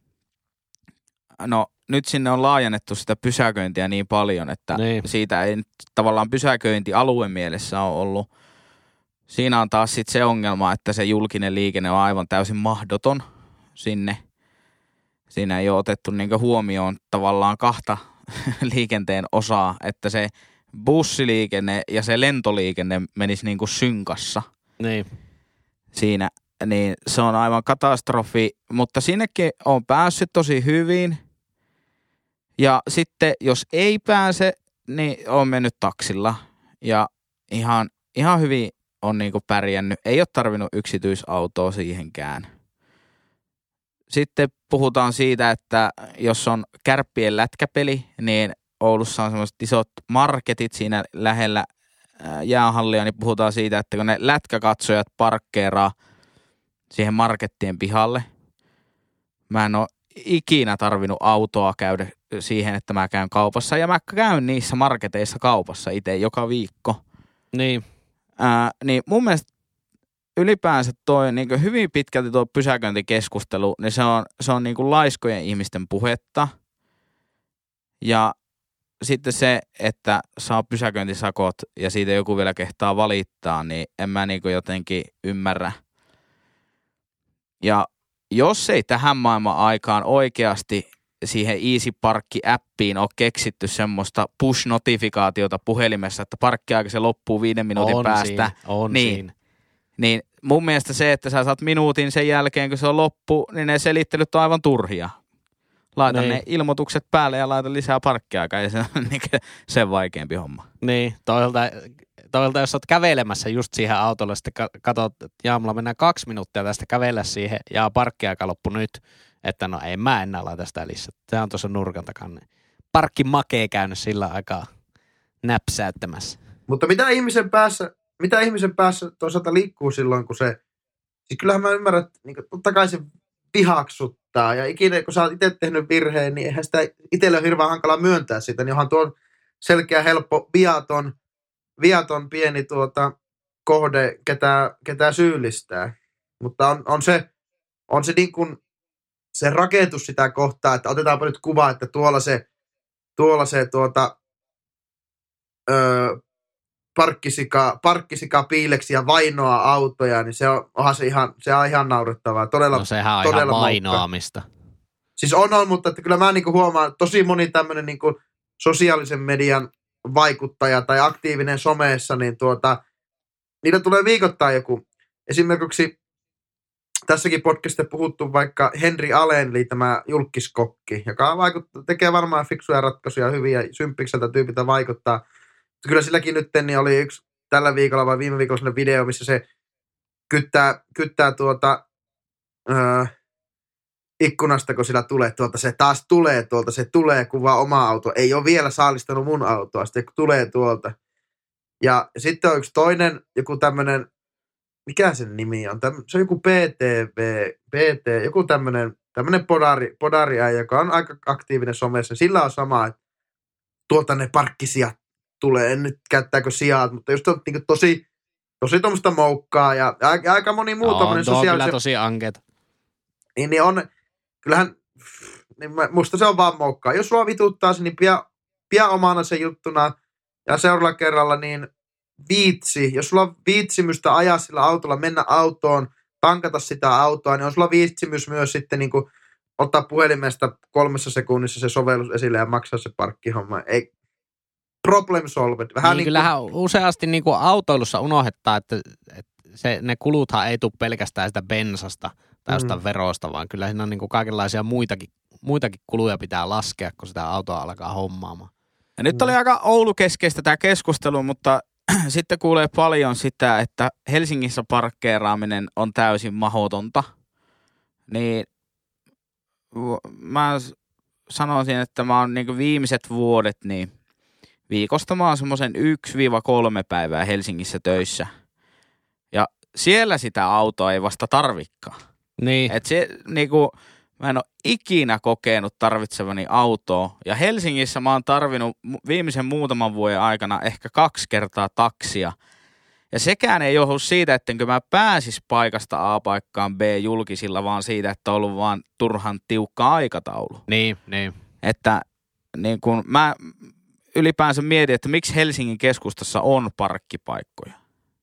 No nyt sinne on laajennettu sitä pysäköintiä niin paljon, että Niin. siitä ei nyt tavallaan pysäköintialueen mielessä ole ollut. Siinä on taas sitten se ongelma, että se julkinen liikenne on aivan täysin mahdoton sinne. Siinä ei ole otettu niinku huomioon tavallaan kahta liikenteen osaa, että se bussiliikenne ja se lentoliikenne menisi niinku synkassa Niin. siinä. Niin se on aivan katastrofi, mutta sinnekin on päässyt tosi hyvin. Ja sitten jos ei pääse, niin on mennyt taksilla. Ja ihan, ihan hyvin on niinku pärjännyt. Ei ole tarvinnut yksityisautoa siihenkään. Sitten puhutaan siitä, että jos on Kärppien lätkäpeli, niin Oulussa on semmoiset isot marketit siinä lähellä jäähallia, niin puhutaan siitä, että kun ne lätkäkatsojat parkkeeraa siihen markettien pihalle. Mä en ole ikinä tarvinnut autoa käydä siihen, että mä käyn kaupassa. Ja mä käyn niissä marketeissa kaupassa itse joka viikko. Niin. Ää, niin mun mielestä ylipäänsä toi niin hyvin pitkälti tuo pysäköintikeskustelu, niin se on, se on niin kuin laiskojen ihmisten puhetta. Ja sitten se, että saa pysäköintisakot ja siitä joku vielä kehtaa valittaa, niin en mä niin kuin jotenkin ymmärrä. Ja jos ei tähän maailman aikaan oikeasti siihen Easy Parkki-appiin ole keksitty semmoista push-notifikaatiota puhelimessa, että parkkiaika se loppuu viiden minuutin On päästä. siinä, on niin, siinä. niin mun mielestä se, että sä saat minuutin sen jälkeen, kun se on loppu, niin ne selittelyt on aivan turhia. Laita Niin. ne ilmoitukset päälle ja laita lisää parkkiaikaa ja se on sen vaikeampi homma. Niin, toisaalta, toisaalta jos olet kävelemässä just siihen autolle, sitten ka- katsot, että jaa, mulla mennään kaksi minuuttia tästä kävellä siihen, ja parkkiaika loppu nyt, että no ei mä enää laita sitä lisää. Se on tuossa nurkan takana. Parkki makee käynyt sillä aikaa näpsäyttämässä. Mutta mitä ihmisen päässä, mitä ihmisen päässä toisaalta liikkuu silloin, kun se, siis kyllähän mä ymmärrän, että niin totta kai se vihaksuttaa, ja ikinä kun sä oot itse tehnyt virheen, niin eihän sitä itselle ole hirveän hankala myöntää sitä, niin onhan tuo selkeä, helppo, viaton, viaton pieni tuota kohde, ketä, ketä syyllistää. Mutta on, on se, on se niin kuin se rakentus sitä kohtaa, että otetaanpa nyt kuva, että tuolla se, tuolla se tuota, öö, parkkisika, parkkisika piileksi ja vainoa autoja, niin se on, onhan se ihan, se on ihan naurettavaa. Todella, No sehän on todella ihan vainoamista. Siis on, on, mutta että kyllä mä niinku huomaan, tosi moni tämmöinen niinku sosiaalisen median vaikuttaja tai aktiivinen someessa, niin tuota, niillä tulee viikoittain joku. Esimerkiksi tässäkin podcastissa puhuttu vaikka Henri Alén, eli tämä julkiskokki, joka vaikuttaa, tekee varmaan fiksuja ratkaisuja, hyviä, symppikseltä tyypiltä vaikuttaa. Mutta kyllä silläkin nyt niin oli yksi tällä viikolla vai viime viikolla sellainen video, missä se kyttää, kyttää tuota, öö, ikkunasta, kun sillä tulee tuolta, se taas tulee tuolta, se tulee kuvaa oma auto. Ei ole vielä saalistanut mun autoa, sitten kun tulee tuolta. Ja sitten on yksi toinen, joku tämmöinen, mikä sen nimi on? Täm, se on joku P T V, P T, joku tämmöinen, tämmöinen podari, podariäijä, joka on aika aktiivinen somessa. Sillä on sama, että tuolta ne parkkisijat tulee, en nyt käyttääkö sijat, mutta just on niin tosi, tosi tuommoista moukkaa ja aika, aika moni muu No, tommoinen tuo on sosiaalisen... kyllä tosi ankeeta. Niin, niin on, kyllähän, niin mä, musta se on vaan moukkaa. Jos sua vituttaa se, niin pidä, pidä omana se juttuna ja seuraavalla kerralla niin viitsi. Jos sulla on viitsimystä ajaa sillä autolla, mennä autoon, tankata sitä autoa, niin on sulla viitsimys myös sitten niin kuin ottaa puhelimesta kolmessa sekunnissa se sovellus esille ja maksaa se parkkihomma. Ei, problem solved. Vähän Niin, niin kyllähän useasti niin kuin autoilussa unohdetaan, että, että se, ne kuluthan ei tule pelkästään sitä bensasta tai jostain mm. verosta, vaan kyllä siinä on niin kuin kaikenlaisia muitakin, muitakin kuluja pitää laskea, kun sitä autoa alkaa hommaamaan. Ja nyt oli aika Oulu-keskeistä tämä keskustelu, mutta sitten kuulee paljon sitä, että Helsingissä parkkeeraaminen on täysin mahdotonta. Niin mä sanoisin, että mä oon niin viimeiset vuodet, niin viikosta mä oon semmoisen yksi kolme päivää Helsingissä töissä. Ja siellä sitä autoa ei vasta tarvikaan. Niin. Et se, niinku, mä en ole ikinä kokenut tarvitsevani autoa. Ja Helsingissä mä oon tarvinnut viimeisen muutaman vuoden aikana ehkä kaksi kertaa taksia. Ja sekään ei johdu siitä, ettenkö mä pääsis paikasta A paikkaan B julkisilla, vaan siitä, että on ollut vaan turhan tiukka aikataulu. Niin, niin. Että niin kun mä ylipäänsä mietin, että miksi Helsingin keskustassa on parkkipaikkoja.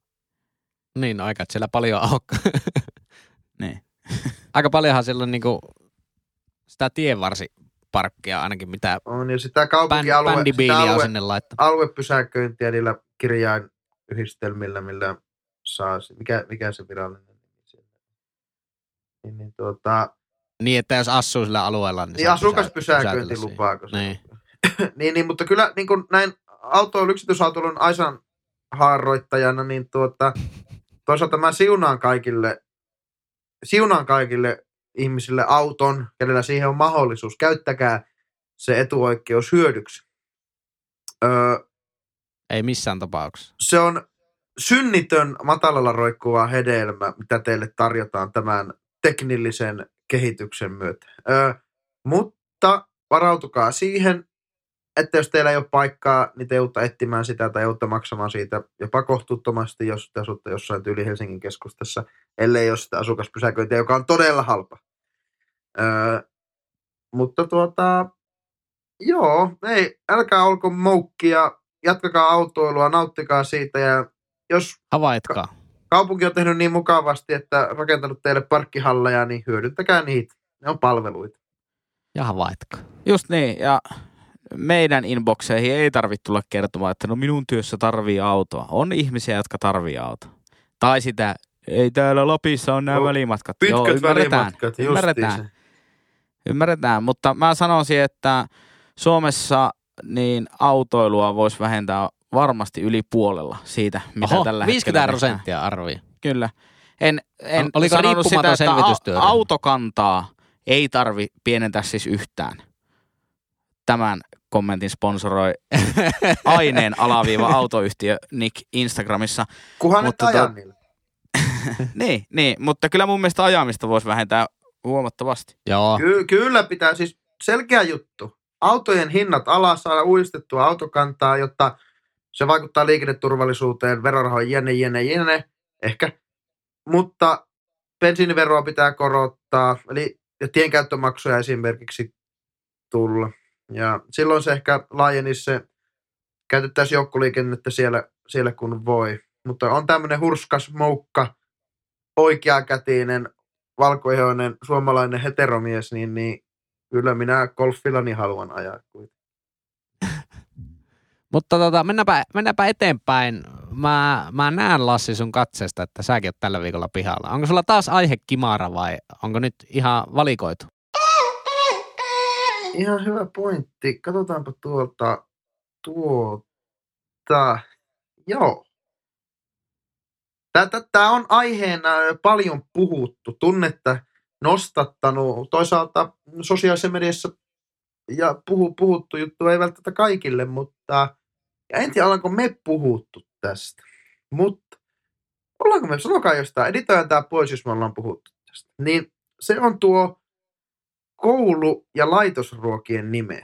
Niin, aika, että siellä paljon aukkaa. Niin. Aika paljonhan siellä on niinku sitä tienvarsiparkkia ainakin, mitä on, ja sitä kaupunkialue, bändibiiliä sitä on alue, sinne laittaa. aluepysäköintiä niillä kirjainyhdistelmillä, millä saa, mikä, mikä se virallinen nimi niin, niin, tuota, Niin, että jos asuu sillä alueella, niin, niin asukaspysäköintilupaa. Niin. niin, niin, mutta kyllä niin kuin näin autoilun, yksityisautoilun aisan haaroittajana, niin tuota, toisaalta mä siunaan kaikille, siunaan kaikille ihmisille auton, kenellä siihen on mahdollisuus. Käyttäkää se etuoikeus hyödyksi. Öö, Ei missään tapauksessa. se on synnitön matalalla roikkuva hedelmä, mitä teille tarjotaan tämän teknillisen kehityksen myötä. Öö, mutta varautukaa siihen, että jos teillä ei ole paikkaa, niin te joudutte etsimään sitä tai joudutte maksamaan siitä jopa kohtuuttomasti, jos te asutte jossain tyyli Helsingin keskustassa, ellei ole sitä asukaspysäköintiä, joka on todella halpa. Öö, mutta tuota, joo, ei, älkää olko moukkia, jatkakaa autoilua, nauttikaa siitä ja jos Havaitkaa. Ka- kaupunki on tehnyt niin mukavasti, että rakentanut teille parkkihalleja, niin hyödyntäkää niitä. Ne on palveluita. Ja havaitkaa. Just niin, ja meidän inboxeihin ei tarvitse tulla kertomaan, että no minun työssä tarvii autoa. On ihmisiä, jotka tarvii autoa. Tai sitä, ei täällä Lapissa on nämä No, välimatkat. Pitkät Joo, ymmärretään. välimatkat, Ymmärretään. justiinsa. Ymmärretään, mutta mä sanoisin, että Suomessa niin autoilua voisi vähentää varmasti yli puolella siitä, mitä Oho, tällä viisikymmentä hetkellä prosenttia arvii. Kyllä. En, en Ol- oliko sanonut sitä, riippumaton että selvitystyöryhmä? a- autokantaa ei tarvi pienentää siis yhtään. Tämän kommentin sponsoroi Aineen alaviiva autoyhtiö Nick Instagramissa. Kunhan Mutta et aja to- niillä. niin, niin, mutta kyllä mun mielestä ajamista voisi vähentää huomattavasti. Joo. Ky- kyllä pitää, siis selkeä juttu. Autojen hinnat alas, saada uudistettua autokantaa, jotta se vaikuttaa liikenneturvallisuuteen, verorahoihin, jene, jene, jene, ehkä. Mutta bensiiniveroa pitää korottaa, eli ja tienkäyttömaksuja esimerkiksi tulla. Ja silloin se ehkä laajenisi se, käytettäisiin joukkoliikennettä siellä, siellä kun voi. Mutta on tämmöinen hurskas, moukka, oikeakätinen, valkoihoinen suomalainen heteromies, niin, niin kyllä minä golfillani haluan ajaa. Mutta tota, mennäänpä, mennäänpä eteenpäin. Mä, mä näen, Lassi, sun katseesta, että säkin oot tällä viikolla pihalla. Onko sulla taas aihe kimara vai onko nyt ihan valikoitu? Ihan hyvä pointti. Katsotaanpa tuolta. Tuolta. Joo. Tämä on aiheena paljon puhuttu. Tunnetta nostattanut. Toisaalta sosiaalisessa mediassa ja puhu, puhuttu juttu ei välttämättä kaikille, mutta ja en tiedä, ollaanko me puhuttu tästä. Mutta ollaanko me, sanokaa jostain, editoidaan tämä pois, jos me ollaan puhuttu tästä. Niin se on tuo koulu- ja laitosruokien nimet.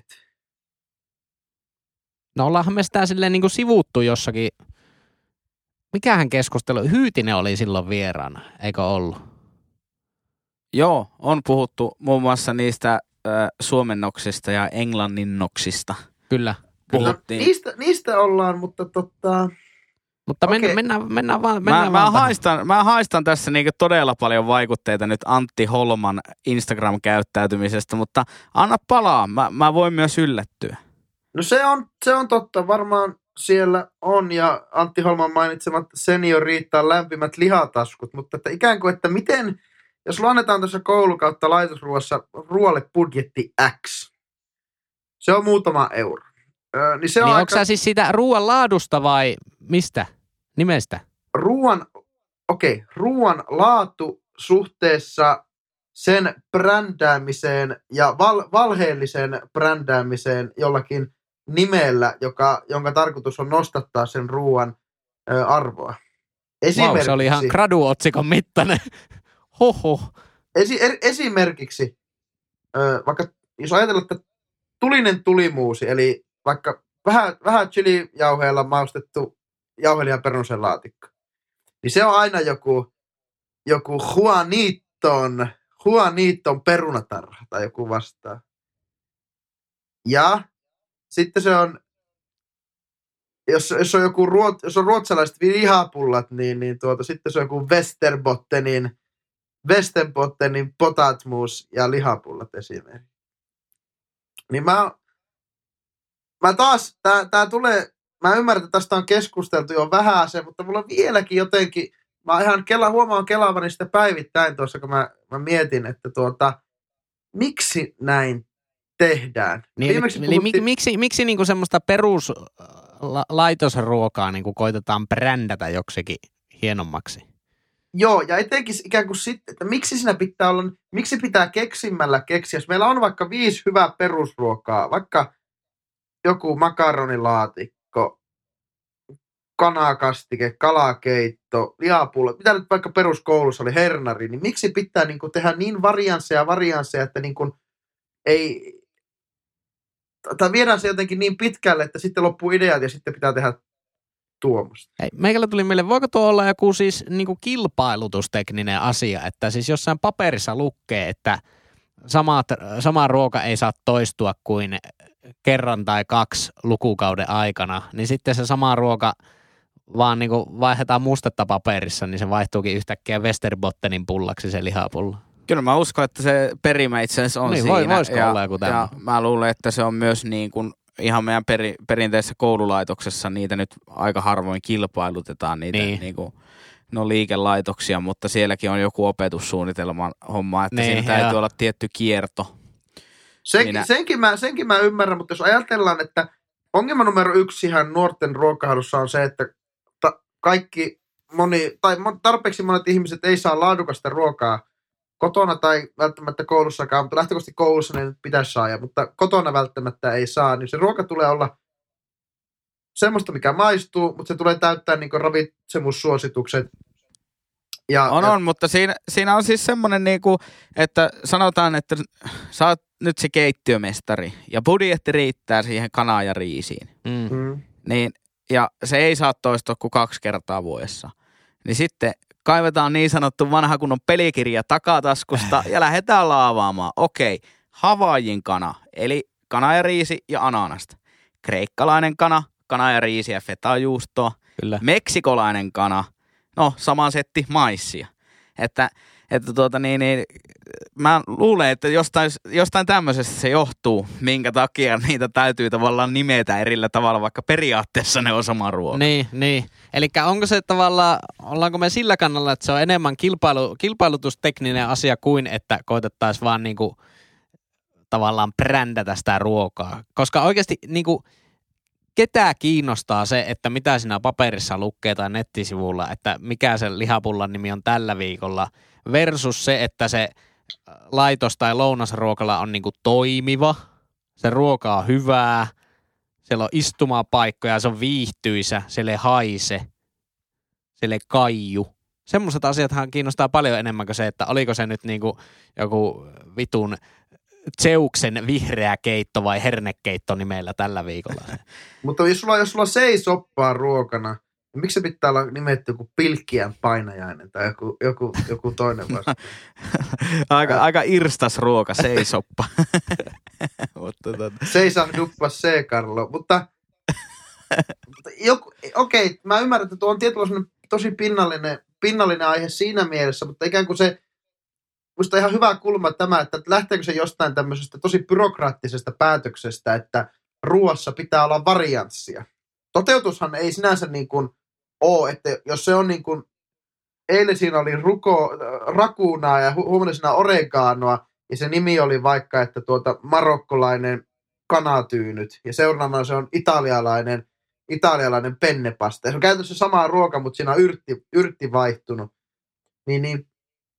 No ollaanhan me sitä silleen niin kuin sivuttu jossakin. Mikähän keskustelu? Hyytinen oli silloin vieraana, eikö ollut? Joo, on puhuttu muun muassa niistä äh, suomennoksista ja englanninnoksista. Kyllä. Kyllä, Puhuttiin. niistä, niistä ollaan, mutta tota... Mutta Okei. mennään, mennään, mennään vaan. Mennään Mä, vaan mä, tähän. haistan, mä haistan tässä niinku todella paljon vaikutteita nyt Antti Holman Instagram-käyttäytymisestä, mutta anna palaa. Mä, mä voin myös yllättyä. No se on, se on totta, varmaan siellä on, ja Antti Holman mainitsemat senior riittää lämpimät lihataskut, mutta että ikään kuin, että miten, jos annetaan tässä koulukautta laitosruoassa ruoalle budjetti X, se on muutama euro, öö, niin se on Niin aika onko sä siis siitä ruoan laadusta vai mistä? Nimestä? ruoan, okei, okay, ruoan laatu suhteessa sen brändäämiseen ja val, valheelliseen brändäämiseen jollakin nimellä, joka, jonka tarkoitus on nostattaa sen ruoan ö, arvoa. Wow, se oli ihan graduotsikon mittainen. Hoho. esi, er, esimerkiksi, ö, vaikka jos ajatellaan, että tulinen tulimuusi, eli vaikka vähän, vähän chilijauheella maustettu jauhelijan perunosen laatikko, niin se on aina joku, joku Juaniton, Juaniton perunatarha tai joku vastaa. Ja sitten se on, jos, jos on joku ruot, jos on ruotsalaiset lihapullat, niin, niin tuota, sitten se on joku Västerbottenin, Västerbottenin potatmus ja lihapullat esimerkiksi. Niin mä, mä taas, tää, tää tulee, mä ymmärrän, että tästä on keskusteltu jo vähän se, mutta mulla on vieläkin jotenkin, mä ihan kela, huomaan kelaavani sitä päivittäin tuossa, kun mä, mä mietin, että tuota, miksi näin tehdään. Niin, Viimeksi eli puhuttiin- mik, miksi, miksi niinku semmoista peruslaitosruokaa niinku koitetaan brändätä joksikin hienommaksi? Joo, ja etenkin ikään kuin sitten, että miksi siinä pitää olla, miksi pitää keksimällä keksiä. Jos meillä on vaikka viisi hyvää perusruokaa, vaikka joku makaronilaatikko, kanakastike, kalakeitto, lihapullo, mitä nyt vaikka peruskoulussa oli hernari, niin miksi pitää niin kuin tehdä niin variansseja variansseja, että niin kuin ei, tai viedään se jotenkin niin pitkälle, että sitten loppuu ideat ja sitten pitää tehdä tuommoista. Ei, meikällä tuli mieleen, voiko tuo olla joku siis niinku kilpailutustekninen asia, että siis jossain paperissa lukee, että samat, sama ruoka ei saa toistua kuin kerran tai kaksi lukukauden aikana, niin sitten se sama ruoka vaan niinku vaihdetaan mustetta paperissa, niin se vaihtuukin yhtäkkiä Västerbottenin pullaksi se lihapullo. Kyllä mä uskon, että se perimä itse asiassa on Niin, siinä. voi- voisiko ja, olla joku ja tämmöinen? mä luulen, että se on myös niin kuin ihan meidän peri, perinteisessä koululaitoksessa niitä nyt aika harvoin kilpailutetaan niitä Niin. niin kuin, no liikelaitoksia, mutta sielläkin on joku opetussuunnitelman homma, että Niin, siinä täytyy joo. olla tietty kierto. Senkin, Minä- senkin, mä, senkin mä ymmärrän, mutta jos ajatellaan, että ongelma numero yksi ihan nuorten ruokailussa on se, että ta- kaikki moni, tai mon- tarpeeksi monet ihmiset ei saa laadukasta ruokaa kotona tai välttämättä koulussakaan, mutta lähtökohtaisesti koulussa ne pitäisi saada, mutta kotona välttämättä ei saa, niin se ruoka tulee olla semmoista, mikä maistuu, mutta se tulee täyttää niin ravitsemussuositukset. Ja, On, ja on, mutta siinä, siinä on siis semmoinen niinku, että sanotaan, että sä oot nyt se keittiömestari ja budjetti riittää siihen kanaan ja riisiin. Mm. Mm. Niin, ja se ei saa toistua kuin kaksi kertaa vuodessa. Niin sitten kaivetaan niin sanottu vanha kunnon pelikirja takataskusta ja lähdetään laavaamaan. Okei, Havaijin kana, eli kana ja riisi ja ananasta. Kreikkalainen kana, kana ja riisi ja fetajuustoa. Kyllä. Meksikolainen kana, no sama setti maissia. Että, että tuota niin, niin, mä luulen, että jostain, jostain tämmöisestä se johtuu, minkä takia niitä täytyy tavallaan nimetä erillä tavalla, vaikka periaatteessa ne on sama ruoka. Niin, niin. Eli onko se tavallaan, ollaanko me sillä kannalla, että se on enemmän kilpailu, kilpailutustekninen asia kuin, että koitettaisiin vaan niinku tavallaan brändätä sitä ruokaa. Koska oikeasti niinku ketä kiinnostaa se, että mitä siinä paperissa lukee tai nettisivulla, että mikä se lihapullan nimi on tällä viikolla versus se, että se laitos tai lounasruokala on niinku toimiva, se ruoka on hyvää, siellä on istumapaikkoja, se on viihtyisä, siellä ei haise, siellä ei kaiju. Semmoiset asiathan kiinnostaa paljon enemmän kuin se, että oliko se nyt niinku joku vitun Zeuksen vihreä keitto vai hernekeitto nimellä tällä viikolla. Mutta jos sulla, jos sulla seisoppaa ruokana, niin miksi se pitää olla nimetty joku pilkkiän painajainen tai joku, joku, joku toinen vasta? aika, aika irstas ruoka, seisoppa. Mutta tota. Seisahduppa se, Karlo. Mutta, mutta joku, okei, mä ymmärrän, että tuo on tietyllä tosi pinnallinen, pinnallinen aihe siinä mielessä, mutta ikään kuin se, musta ihan hyvä kulma tämä, että lähteekö se jostain tämmöisestä tosi byrokraattisesta päätöksestä, että ruoassa pitää olla varianssia. Toteutushan ei sinänsä niin kuin ole, että jos se on niin kuin, eilen siinä oli ruko, rakunaa ja hu- huomenna siinä oreganoa, ja se nimi oli vaikka, että tuota marokkolainen kanatyynyt, ja seuraavana se on italialainen, italialainen pennepasta. Ja se on käytössä sama ruoka, mutta siinä on yrtti, yrtti vaihtunut. Niin, niin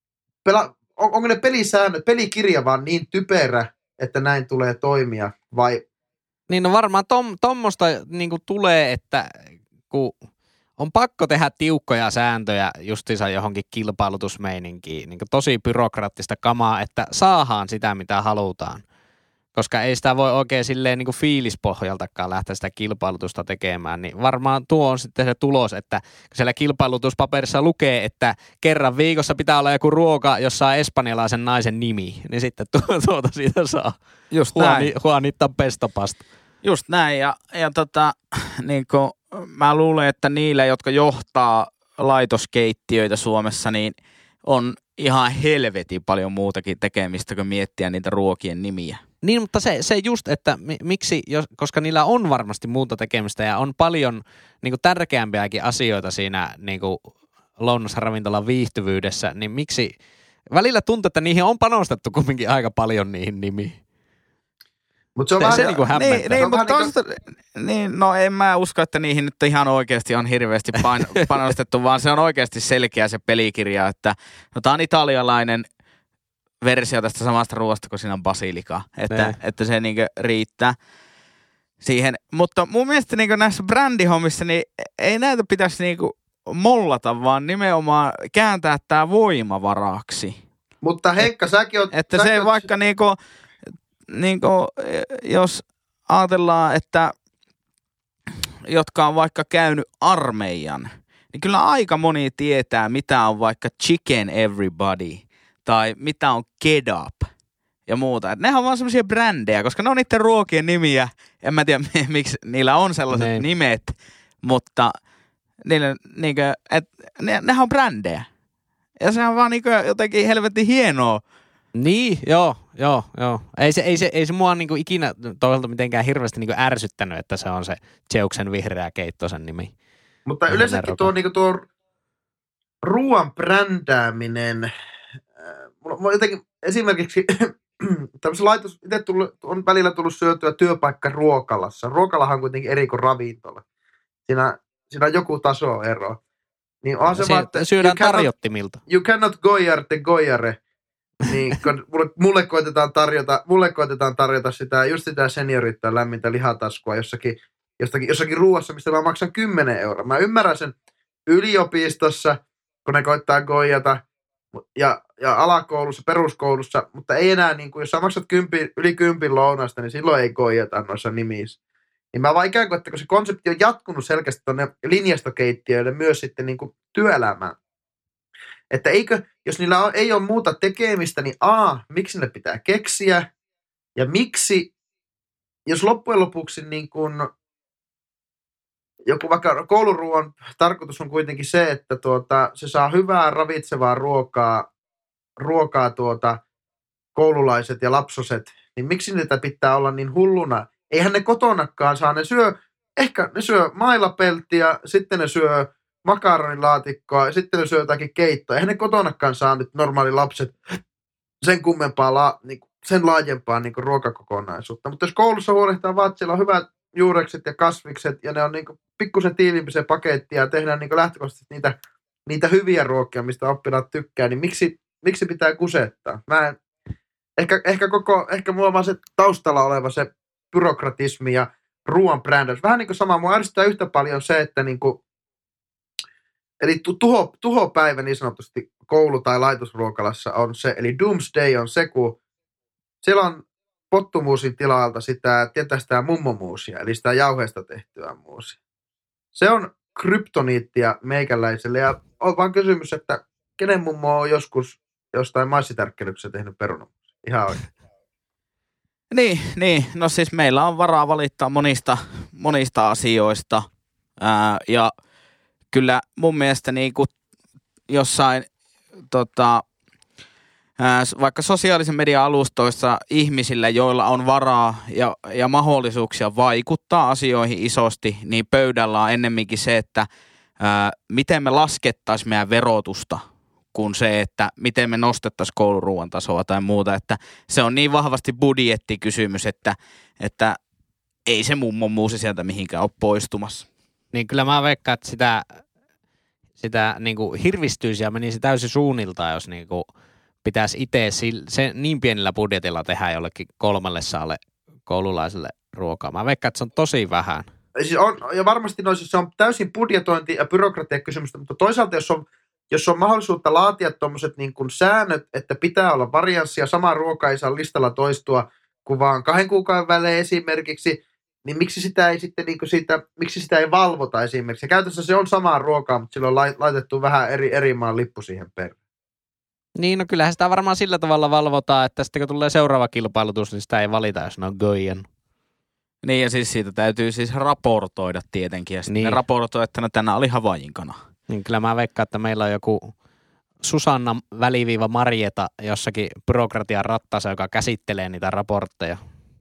pela, on, onko ne pelisäännöt, pelikirja vaan niin typerä, että näin tulee toimia, vai? Niin no varmaan tom, tommosta niinku tulee, että kun on pakko tehdä tiukkoja sääntöjä justiinsa johonkin kilpailutusmeininkiin, niin tosi byrokraattista kamaa, että saadaan sitä, mitä halutaan. Koska ei sitä voi oikein silleen niin kuin fiilispohjaltakaan lähteä sitä kilpailutusta tekemään, niin varmaan tuo on sitten se tulos, että kun siellä kilpailutuspaperissa lukee, että kerran viikossa pitää olla joku ruoka, jossa on espanjalaisen naisen nimi, niin sitten tuota siitä saa. Just Juani, näin. Juanita Pestopasta. Just näin, ja, ja tota, niin kuin mä luulen, että niillä, jotka johtaa laitoskeittiöitä Suomessa, niin on ihan helvetin paljon muutakin tekemistä kuin miettiä niitä ruokien nimiä. Niin, mutta se, se just, että mi, miksi, jos, koska niillä on varmasti muuta tekemistä ja on paljon niin kuin tärkeämpiäkin asioita siinä niin kuin lounasravintolan viihtyvyydessä, niin miksi välillä tuntuu, että niihin on panostettu kumminkin aika paljon niihin nimiin. Mutta se on Se, vähän, se niinku hämmentää. Niin, niin, on mutta vähän toisaalta, niin, no en mä usko, että niihin nyt ihan oikeasti on hirveästi pain, panostettu, vaan se on oikeasti selkeä se pelikirja, että no tää on italialainen versio tästä samasta ruoasta, kun siinä on basilikaa, että, että se niinku riittää siihen. Mutta mun mielestä niinku näissä brändihommissa, niin ei näitä pitäisi niinku mollata, vaan nimenomaan kääntää tää voimavaraksi. Mutta Heikka, säkin oot... Että säkin se oot- vaikka niinku, niinku, jos ajatellaan, että jotka on vaikka käynyt armeijan, niin kyllä aika moni tietää, mitä on vaikka chicken everybody tai mitä on kebab ja muuta. Et nehän on vaan semmoisia brändejä, koska ne on niiden ruokien nimiä. En mä tiedä, miksi niillä on sellaiset Nein. nimet, mutta niillä, niinku, et, ne, nehän on brändejä. Ja se on vaan niinku jotenkin helvetin hienoa. Niin, joo, joo, joo. Ei se, ei se, ei se mua niinku ikinä toisaalta mitenkään hirveästi niinku ärsyttänyt, että se on se Zeuksen vihreä keitto sen nimi. Mutta Ihan yleensäkin nerokka. tuo, niinku tuo ruoan brändääminen, äh, mulla, mulla jotenkin esimerkiksi tämmöisen laitos, itse tullut, on välillä tullut syötyä työpaikka ruokalassa. Ruokalahan on kuitenkin eri kuin ravintola. Siinä, siinä on joku tasoero. Niin on se Se, vaan, että syödään you cannot- tarjottimilta. You cannot goyar te goyare. Niin, kun mulle, mulle, koitetaan tarjota, mulle koitetaan tarjota sitä, just sitä seniorittaa lämmintä lihataskua jossakin, jostakin, jossakin ruuassa, mistä mä maksan kymmenen euroa. Mä ymmärrän sen yliopistossa, kun ne koittaa goijata, ja, ja alakoulussa, peruskoulussa, mutta ei enää, niin kuin, jos sä maksat kympi, yli kympin lounasta, niin silloin ei goijata noissa nimissä. Niin mä vaan ikään kuin, että kun se konsepti on jatkunut selkeästi tuonne linjastokeittiöille myös sitten niin kuin työelämään. Että eikö, jos niillä on, ei ole muuta tekemistä, niin a, miksi ne pitää keksiä, ja miksi, jos loppujen lopuksi niin kuin, joku vaikka kouluruoan tarkoitus on kuitenkin se, että tuota, se saa hyvää ravitsevaa ruokaa, ruokaa tuota, koululaiset ja lapsoset, niin miksi niitä pitää olla niin hulluna? Eihän ne kotonakaan saa, ne syö, ehkä ne syö mailapeltiä, sitten ne syö makaronilaatikkoa ja sitten ne syö jotakin keittoa. Eihän ne kotonakaan saa nyt normaali lapset sen kummempaa, la, niin kuin, sen laajempaa niin kuin ruokakokonaisuutta. Mutta jos koulussa huolehtaa vaan, että siellä on hyvät juurekset ja kasvikset ja ne on niin kuin pikkusen tiiviimpi se paketti ja tehdään niin kuin lähtökohtaisesti niitä, niitä hyviä ruokia, mistä oppilaat tykkää, niin miksi, miksi pitää kusettaa? Mä en, ehkä, ehkä, koko, ehkä mulla on vaan se taustalla oleva se byrokratismi ja ruoan brändäys. Vähän niin kuin sama, mua ärsyttää yhtä paljon se, että niin kuin, eli tuho, tuhopäivä niin sanotusti koulu- tai laitosruokalassa on se, eli doomsday on se, kun siellä on pottumuusin tilalta sitä, tietää sitä mummomuusia, eli sitä jauheesta tehtyä muusia. Se on kryptoniittia meikäläiselle, ja on vaan kysymys, että kenen mummo on joskus jostain maissitärkkelyksessä tehnyt perunamuusia. Ihan oikein. Niin, niin, no siis meillä on varaa valittaa monista, monista asioista, ää, ja kyllä mun mielestä niin kuin jossain tota, ää, vaikka sosiaalisen median alustoissa ihmisillä, joilla on varaa ja, ja mahdollisuuksia vaikuttaa asioihin isosti, niin pöydällä on ennemminkin se, että ää, miten me laskettaisiin meidän verotusta, kuin se, että miten me nostettaisiin kouluruuan tasoa tai muuta. Että se on niin vahvasti budjettikysymys, että, että ei se mummon muusi sieltä mihinkään ole poistumassa. Niin kyllä mä veikkaan, että sitä, sitä niinku hirvistyisi ja menisi täysin suunniltaan, jos niinku pitäisi itse se niin pienellä budjetilla tehdä jollekin kolmelle saalle koululaiselle ruokaa. Mä veikkaan, että se on tosi vähän. Siis on, ja varmasti no, siis se on täysin budjetointi- ja byrokratiakysymystä, mutta toisaalta jos on Jos on mahdollisuutta laatia tuommoiset niin kuin säännöt, että pitää olla varianssia, sama ruoka ei saa listalla toistua kuin vaan kahden kuukauden välein esimerkiksi, niin miksi sitä ei sitten niin kuin siitä, miksi sitä ei valvota esimerkiksi? Ja käytännössä se on samaa ruokaa, mutta sillä on laitettu vähän eri, eri maan lippu siihen perään. Niin, no kyllähän sitä varmaan sillä tavalla valvotaan, että sitten kun tulee seuraava kilpailutus, niin sitä ei valita, jos ne on gojen. Niin, ja siis siitä täytyy siis raportoida tietenkin, ja sitten niin. ne raportoi, että no tänään oli havajinkana. Niin kyllä mä veikkaan, että meillä on joku Susanna väliviiva Marjeta jossakin byrokratian rattaassa, joka käsittelee niitä raportteja.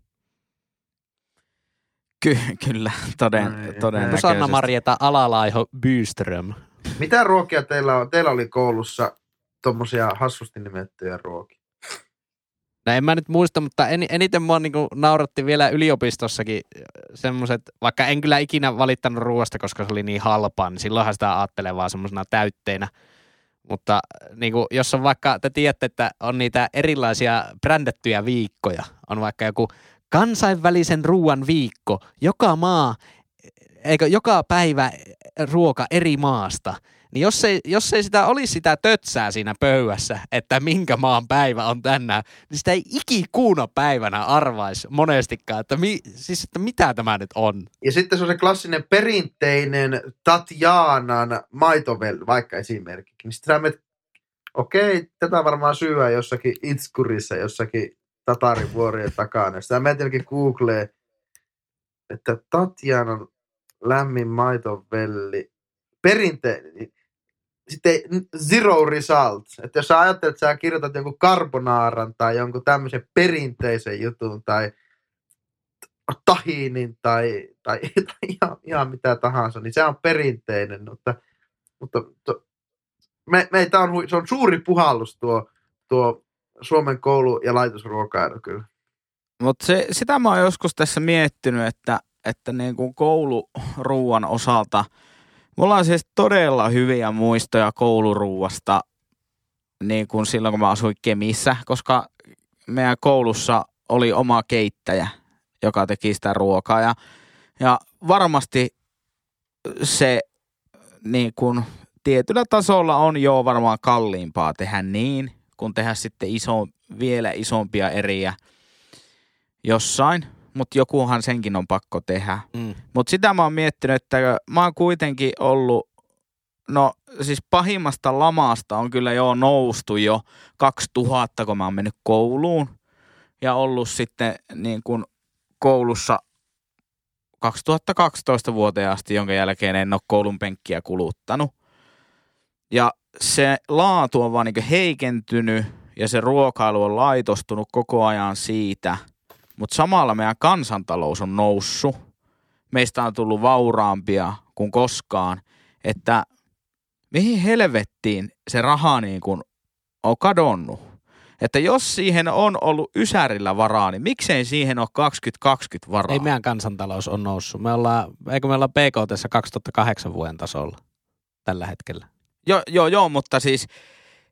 Ky- kyllä, toden, todennäköisesti. Susanna Marjeta Alalaiho Byström. Mitä ruokia teillä on? Teillä oli koulussa tommosia hassusti nimettyjä ruokia? No en mä nyt muista, mutta en, eniten mua niinku nauratti vielä yliopistossakin semmoiset, vaikka en kyllä ikinä valittanut ruoasta, koska se oli niin halpaa, niin silloinhan sitä ajattelee vaan semmosena täytteinä. Mutta niinku, jos on vaikka, te tiedätte, että on niitä erilaisia brändättyjä viikkoja, on vaikka joku kansainvälisen ruoan viikko, joka maa, eikö joka päivä ruoka eri maasta, niin jos ei, jos ei sitä olisi sitä tötsää siinä pöydässä, että minkä maan päivä on tänään, niin sitä ei ikikuuna päivänä arvaisi monestikaan, että, mi, siis, että mitä tämä nyt on. Ja sitten se on se klassinen perinteinen Tatjanan maitovel, vaikka esimerkiksi. Niin sitten sä menet, okei, tätä varmaan syyä jossakin Itskurissa, jossakin Tatarivuorien takana. Sitten sä menet jonnekin Googleen, että Tatjanan lämmin maitovelli, perinteinen, sitten zero results. Että jos sä ajattelet, että sä kirjoitat jonkun carbonaaran tai jonkun tämmöisen perinteisen jutun tai tahinin tai, tai, tai ihan, ihan mitä tahansa, niin se on perinteinen. Mutta, mutta to, me, meitä on, se on suuri puhallus tuo, tuo Suomen koulu- ja laitosruokailu kyllä. Mutta sitä mä oon joskus tässä miettinyt, että, että niin kuin kouluruuan osalta mulla on siis todella hyviä muistoja kouluruuasta niin kuin silloin, kun mä asuin Kemissä, koska meidän koulussa oli oma keittäjä, joka teki sitä ruokaa. Ja, ja varmasti se niin kuin tietyllä tasolla on jo varmaan kalliimpaa tehdä niin, kun tehdä sitten iso, vielä isompia eriä jossain. Mutta jokuhan senkin on pakko tehdä. Mm. Mutta sitä mä oon miettinyt, että mä oon kuitenkin ollut, no siis pahimmasta lamasta on kyllä jo noustu jo kaksituhatta, kun mä oon mennyt kouluun. Ja ollut sitten niin kuin koulussa kaksituhattakaksitoista vuoteen asti, jonka jälkeen en ole koulun penkkiä kuluttanut. Ja se laatu on vaan niin kuin heikentynyt ja se ruokailu on laitostunut koko ajan siitä. Mutta samalla meidän kansantalous on noussut. Meistä on tullut vauraampia kuin koskaan. Että mihin helvettiin se raha niin kuin on kadonnut. Että jos siihen on ollut ysärillä varaa, niin miksei siihen ole kaksituhattakaksikymmentä varaa? Ei meidän kansantalous on noussut. Me ollaan, eikö me ollaan B K T:ssä kaksituhattakahdeksan vuoden tasolla tällä hetkellä? Joo, joo, joo, mutta siis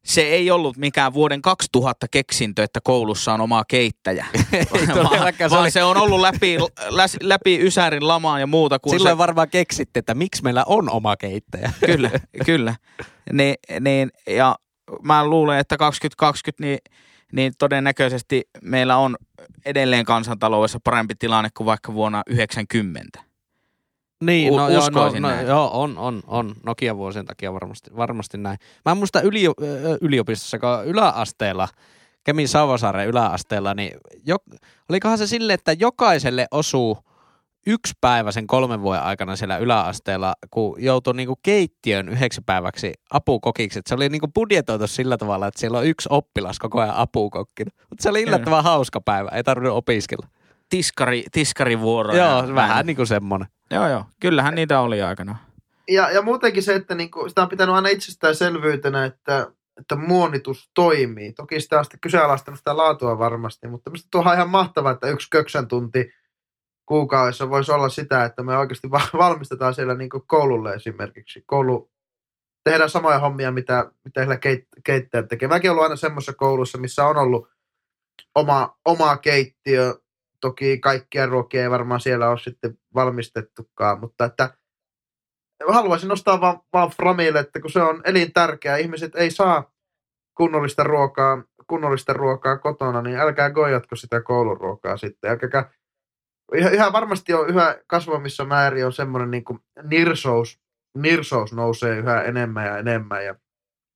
se ei ollut mikään vuoden kaksituhatta keksintö, että koulussa on oma keittäjä. vaan, se vaan oli- se on ollut läpi, läs, läpi Ysärin lamaan ja muuta. Kun Silloin se, varmaan keksitte, että miksi meillä on oma keittäjä. Kyllä, kyllä. Ni, niin, ja mä luulen, että kaksituhattakaksikymmentä niin, niin todennäköisesti meillä on edelleen kansantaloudessa parempi tilanne kuin vaikka vuonna yhdeksänkymmentä. Niin, U- no, joo, no, uskoisin no, näin. joo, on, on, on. Nokia-vuosien takia varmasti, varmasti näin. Mä en muista yli, yliopistossa, kun yläasteella, Kemin Sauvasaaren yläasteella, niin jo, olikohan se silleen, että jokaiselle osuu yksi päivä sen kolmen vuoden aikana siellä yläasteella, kun joutui niinku keittiön yhdeksi päiväksi apukokiksi. Et se oli niinku budjetoitu sillä tavalla, että siellä on yksi oppilas koko ajan apukokkina. Mutta se oli yllättävän hauska päivä, ei tarvinnut opiskella. Tiskari, tiskarivuoro. Joo, ja vähän näin. niin kuin semmoinen. Joo, joo. Kyllähän niitä oli aikanaan. Ja, ja muutenkin se, että niinku, sitä on pitänyt aina itsestäänselvyytenä, että, että muonitus toimii. Toki sitä on sitten kyseenalaistanut sitä laatua varmasti, mutta minusta tuo on ihan mahtavaa, että yksi köksän tunti kuukaudessa voisi olla sitä, että me oikeasti va- valmistetaan siellä niinku koululle esimerkiksi. Koulu, tehdään samoja hommia, mitä, mitä siellä keit- keittäjät tekee. Mäkin olen ollut aina semmoisessa koulussa, missä on ollut oma, oma keittiö. Toki kaikkia ruokia ei varmaan siellä ole sitten valmistettukaan, mutta että haluaisin nostaa vaan, vaan Framille, että kun se on elintärkeää, ihmiset ei saa kunnollista ruokaa, kunnollista ruokaa kotona, niin älkää goijatko sitä kouluruokaa sitten. Älkääkä, yhä, yhä varmasti on yhä kasvamissa määrin on semmoinen niin kuin nirsous, nirsous nousee yhä enemmän ja enemmän ja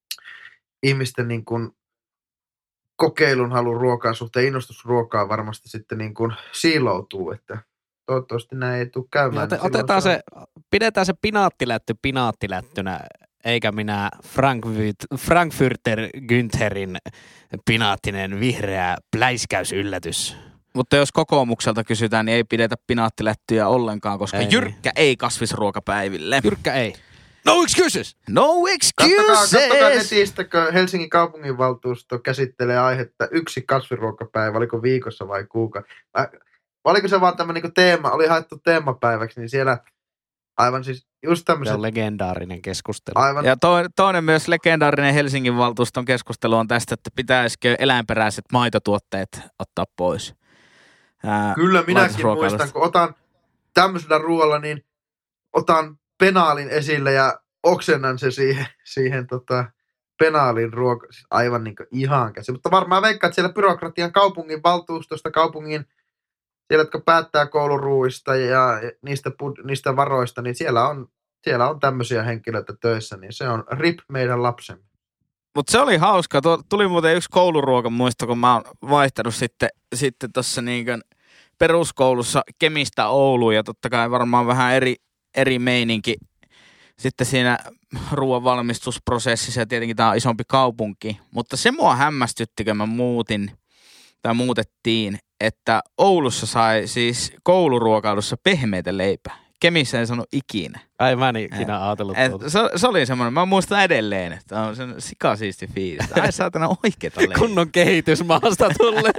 ihmisten niin kuin kokeilun halu ruokaa suhteen, innostus ruokaa varmasti sitten niin kuin siiloutuu, että toivottavasti näin ei tule käymään. Ote, niin silloin otetaan se on- se, pidetään se pinaattilätty pinaattilättynä, eikä minä Frankfurt, Frankfurter Güntherin pinaattinen vihreä pläiskäysyllätys. Mutta jos kokoomukselta kysytään, niin ei pidetä pinaattilättyjä ollenkaan, koska Ei. ei. jyrkkä ei kasvisruokapäiville. Jyrkkä ei. No excuses! No Kattokaa, excuses! kattokaa netistä, kun Helsingin kaupunginvaltuusto käsittelee aihetta yksi kasviruokapäivä, oliko viikossa vai kuukausi. Oliko se vaan tämmöinen niin teema, oli haettu teemapäiväksi, niin siellä aivan siis just Se tämmöiset, on legendaarinen keskustelu. aivan, Ja to, toinen myös legendaarinen Helsingin valtuuston keskustelu on tästä, että pitäisikö eläinperäiset maitotuotteet ottaa pois. Ää, kyllä minäkin laitosruokailusta. muistan, kun otan tämmöisellä ruoalla, niin otan penaalin esille ja oksennan se siihen, siihen tota, penaalin ruoka, siis aivan niin ihan käsi. Mutta varmaan veikkaa, että siellä byrokratian kaupungin valtuustosta, kaupungin, siellä jotka päättää kouluruuista ja niistä, bud- niistä varoista, niin siellä on, siellä on tämmöisiä henkilöitä töissä, niin se on rip meidän lapsemme. Mutta se oli hauska. Tuo, tuli muuten yksi kouluruoka muisto, kun mä oon vaihtanut sitten, sitten tuossa niinkön peruskoulussa Kemistä Ouluun ja totta kai varmaan vähän eri, eri meininki sitten siinä ruoan valmistusprosessissa ja tietenkin tämä on isompi kaupunki. Mutta se mua hämmästytti, kun mä muutin tai muutettiin, että Oulussa sai siis kouluruokailussa pehmeitä leipää. Kemissä ei sanonut ikinä. Ai mä en ikinä ajatellut Et tuota. se, se oli semmoinen, mä muistan edelleen, että on sen sikasiisti fiilis. Ai saatana oikeeta leipää. Kunnon kehitysmaasta tulle.